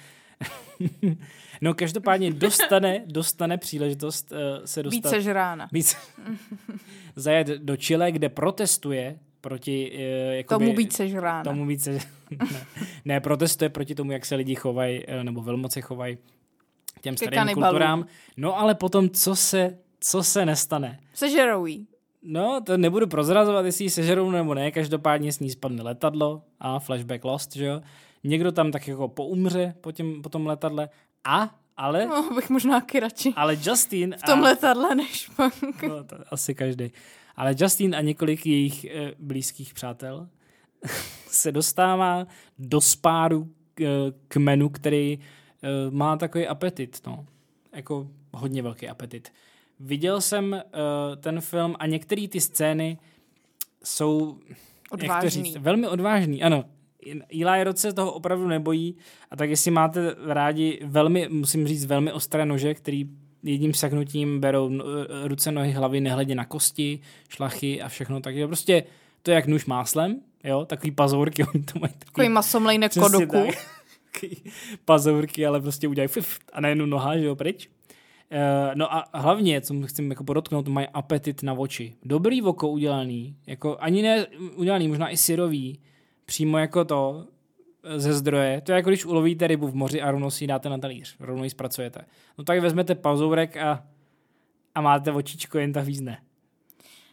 No každopádně dostane příležitost se dostat... Být sežrána. Zajet do Chile, kde protestuje proti... tomu být sežrána. Ne, protestuje proti tomu, jak se lidi chovají, nebo velmoci chovají těm starým kulturám. No ale potom, co se nestane? Sežerou jí. No, to nebudu prozrazovat, jestli ji sežerou nebo ne, každopádně s ní spadne letadlo a flashback lost, že jo. Někdo tam tak jako poumře po tom letadle ale... No, bych možná taky radši. Ale Justin... V tom letadle než pak. No, to asi každý. Ale Justin a několik jejich blízkých přátel se dostává do spáru kmenu, který má takový apetit, no. Jako hodně velký apetit. Viděl jsem ten film a některé ty scény jsou... Odvážný. Velmi odvážný, ano. Eli Roth se toho opravdu nebojí a tak jestli máte rádi musím říct, velmi ostré nože, který jedním saknutím berou ruce, nohy, hlavy, nehledě na kosti, šlachy a všechno, takže prostě to je jak nůž máslem, jo, takový pazourky, oni to mají takový masomlejné kodoku. Pazourky, ale prostě udělají a najednou noha, že jo, pryč. No a hlavně, co chci jako podotknout, mají apetit na oči. Dobrý oko udělaný, jako ani ne udělaný, možná i syrový, přímo jako to ze zdroje. To je jako když ulovíte rybu v moři a rovnou si ji dáte na talíř. Rovnou ji zpracujete. No tak vezmete pazourek a máte očičko jen tak vízne.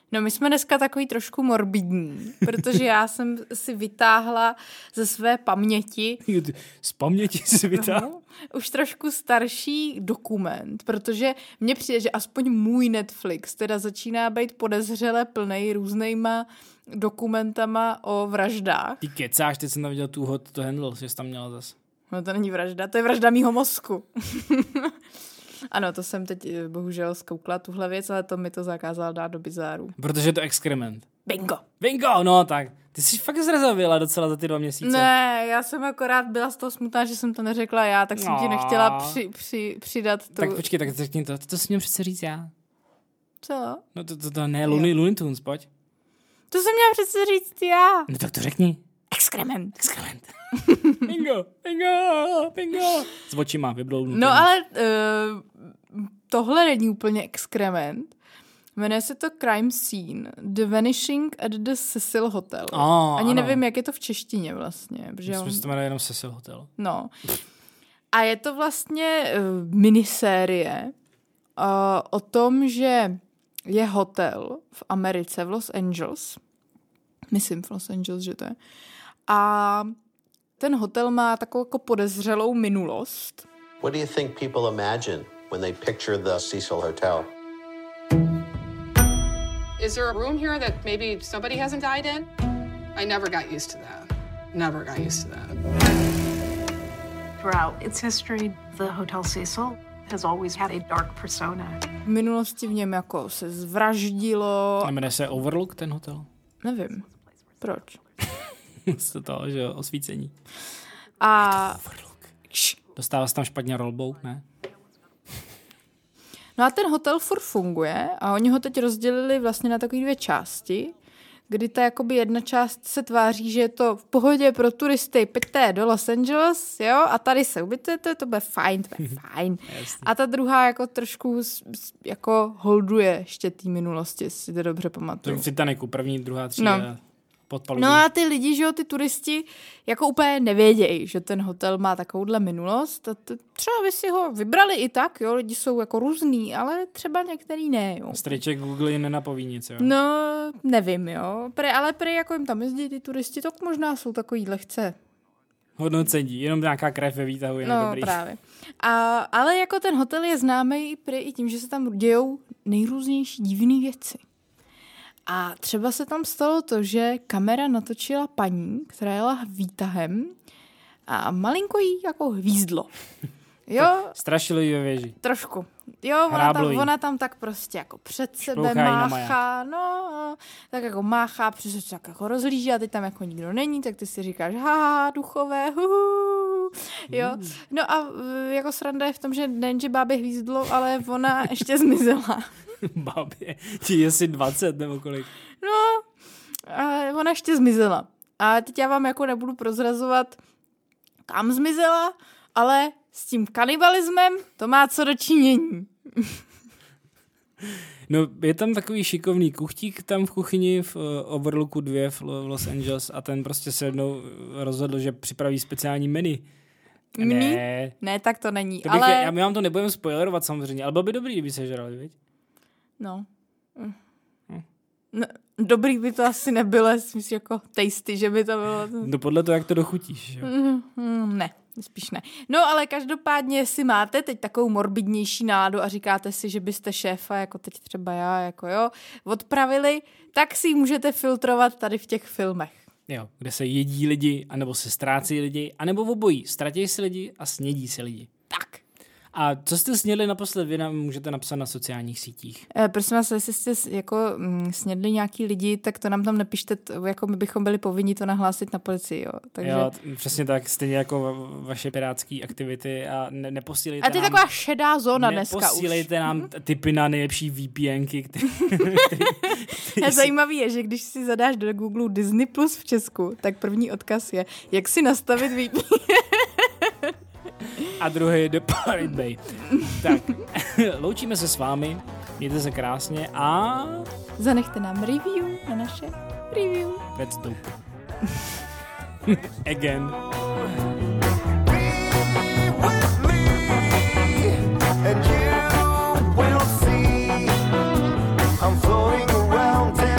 No my jsme dneska takový trošku morbidní, protože já jsem si vytáhla ze své paměti. Z paměti si vytáhla? Už trošku starší dokument, protože mně přijde, že aspoň můj Netflix teda začíná být podezřele plnej různýma dokumentama o vraždách. Ty kecáš, teď jsem tam viděl tu Hot to Handle, že jsi tam měla zase. No to není vražda, to je vražda mýho mozku. Ano, to jsem teď bohužel zkoukla tuhle věc, ale to mi to zakázal dát do bizáru. Protože je to exkrement. Bingo, no tak. Ty jsi fakt zrezavila docela za ty 2 měsíce. Ne, já jsem akorát byla z toho smutná, že jsem to neřekla já, tak jsem ti nechtěla přidat tu... Tak počkej, tak řekni to. To jsi měl přece říct já. Co? No to ne, Looney Tunes, pojď. To jsem měla přece říct já. No tak to řekni. Exkrement. Bingo. S očima vybloudnu. No ale tohle není úplně exkrement. Jmenuje se to Crime Scene, The Vanishing at the Cecil Hotel. Ani nevím, jak je to v češtině vlastně. Myslím, že se to jmenuje jenom Cecil Hotel. No. A je to vlastně minisérie o tom, že je hotel v Americe, v Los Angeles. Myslím v Los Angeles, že to je. A ten hotel má takovou jako podezřelou minulost. What do you think people imagine when they picture the Cecil Hotel? Is there a room here that maybe somebody hasn't died in? I never got used to that. Never got used to that. Throughout its history, the Hotel Cecil has always had a dark persona. V minulosti v něm jako se zvraždilo. A jmenuje se Overlook ten hotel? Nevím. Proč? Z toho, že jo, osvícení. A... Dostává se tam špatně rolbou, ne? No a ten hotel furt funguje a oni ho teď rozdělili vlastně na takové 2 části, kdy ta jakoby jedna část se tváří, že je to v pohodě pro turisty, pojďte do Los Angeles, jo, a tady se ubytujete, to bude fajn, A ta druhá jako trošku jako holduje ještě té minulosti, si to dobře pamatuju. To v Titanicu, 1., 2., 3. Podpalubí. No a ty lidi, že jo, ty turisti jako úplně nevědějí, že ten hotel má takovouhle minulost. A třeba by si ho vybrali i tak, jo, lidi jsou jako různý, ale třeba některý ne, jo. Strejček Google jim nenapoví nic, jo. No, nevím, jo. Ale prý jako jim tam jezdí ty turisti, tak možná jsou takový lehce hodnocení, jenom nějaká krev ve výtahu je dobrý. No, právě. Ale jako ten hotel je známý prý i tím, že se tam dějou nejrůznější divné věci. A třeba se tam stalo to, že kamera natočila paní, která jela výtahem a malinko jí jako hvízdlo. Jo? Strašilo jí ve věži. Trošku. Jo, ona tam tak prostě jako před sebe máchá, no, tak jako máchá, přesně tak jako rozhlíží a teď tam jako nikdo není, tak ty si říkáš, haha, duchové, jo. No a jako sranda je v tom, že nejenže bábě hvízdlo, ale ona ještě zmizela. Bábě, ti je asi 20 nebo kolik. No, a ona ještě zmizela. A teď já vám jako nebudu prozrazovat, kam zmizela, ale s tím kanibalismem to má co do činění. No, je tam takový šikovný kuchtík tam v kuchyni v Overlooku 2 v Los Angeles a ten prostě se jednou rozhodl, že připraví speciální menu. Ne, tak to není. Ale... My vám to nebudeme spoilerovat samozřejmě, ale bylo by dobrý, kdyby se žrali, viď? No. No, dobrý by to asi nebylo, myslím si jako tasty, že by to bylo... No podle toho, jak to dochutíš, jo? Ne, spíš ne. No ale každopádně, jestli máte teď takovou morbidnější náladu a říkáte si, že byste šéfa, jako teď třeba já, jako jo, odpravili, tak si ji můžete filtrovat tady v těch filmech. Jo, kde se jedí lidi, anebo se ztrácí lidi, anebo obojí. Ztratí si lidi a snědí si lidi. Tak. A co jste snědli naposled, vy nám můžete napsat na sociálních sítích. Prosím vás, jestli jste jako snědli nějaký lidi, tak to nám tam nepište, jako my bychom byli povinni to nahlásit na policii, jo. Takže... Jo, přesně tak, stejně jako vaše pirátské aktivity a neposílejte nám... A to je taková šedá zóna dneska už. Neposílejte nám tipy na nejlepší VPNky, který Zajímavý je, že když si zadáš do Google Disney Plus v Česku, tak první odkaz je, jak si nastavit VPN. A druhý je The Pirate Bay. Tak, loučíme se s vámi, mějte se krásně a... Zanechte nám review na naše review. Let's dope. Again. And you will see I'm floating around.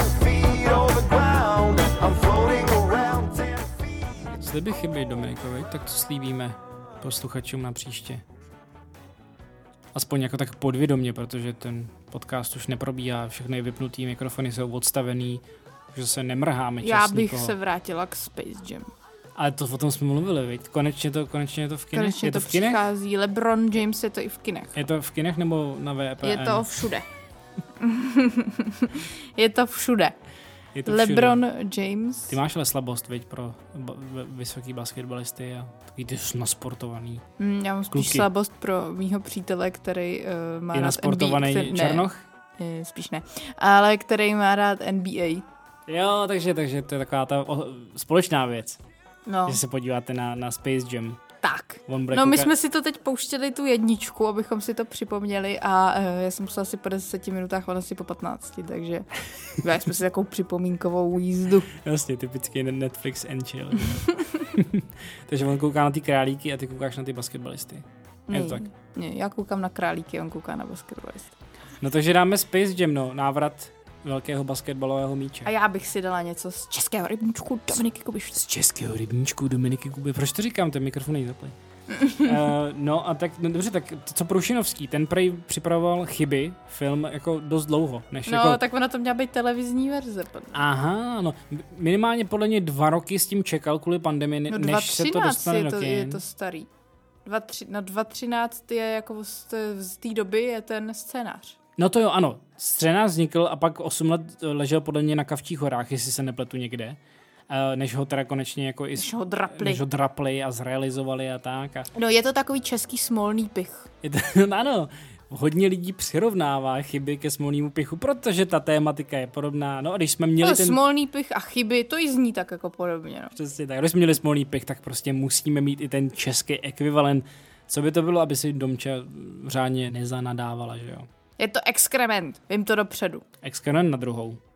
Sliby chyby, Dominikovi, tak to slíbíme posluchačům na příště. Aspoň jako tak podvědomě, protože ten podcast už neprobíhá, všechny je vypnutý, mikrofony jsou odstavený, že se nemrháme čas Já bych nikoho. se vrátila k Space Jam. Ale to o tom jsme mluvili, viď? Konečně je to v kinech? Konečně je to v kinech? přichází. LeBron James je to i v kinech. Je to v kinech nebo na VPN? Je to všude. Je to všude. Je to všude. LeBron James. Ty máš ale slabost, viď, pro vysoký basketbalisty a takový ty nasportovaný. Já mám spíš slabost pro mýho přítele, který má je rád nasportovaný NBA. Černoch? Ne, spíš ne. Ale který má rád NBA. Jo, takže to je taková ta společná věc. No. Že se podíváte na Space Jam. Tak. No my jsme si to teď pouštěli tu 1, abychom si to připomněli a já jsem musela asi po 10 minutách, on asi po 15, takže jsme si takovou připomínkovou jízdu. Jasně, typický Netflix and chill. Takže on kouká na ty králíky a ty koukáš na ty basketbalisty. Je to tak? Ne, já koukám na králíky, on kouká na basketbalisty. No takže dáme Space Jam, no, návrat velkého basketbalového míče. A já bych si dala něco z českého rybníčku Dominiky Kuby. Z českého rybníčku Dominiky Kuby. Proč to říkám, ten mikrofon není zaplý. No a tak, no dobře, tak co Prušinovský, ten prej připravoval Chyby, film jako dost dlouho. Než no, jako... tak ona to měla být televizní verze. Aha, no, minimálně podle mě 2 roky s tím čekal kvůli pandemii, no, než se to dostane do kin. Je to starý. 2013 je jako z té doby je ten scénář. No to jo, ano. Scénář vznikl a pak 8 let ležel podle mě na Kavčích horách, jestli se nepletu někde. Než ho teda konečně jako než ho drapli a zrealizovali a tak. A... No je to takový český smolný pich. No ano, hodně lidí přirovnává Chyby ke smolnému pichu, protože ta tématika je podobná. No a když jsme měli smolný pich a Chyby, to i zní tak jako podobně. No. Přesně tak. Když jsme měli smolný pich, tak prostě musíme mít i ten český ekvivalent. Co by to bylo, aby si Domča řádně nezanadávala, že jo? Je to exkrement, vím to dopředu. Exkrement na druhou.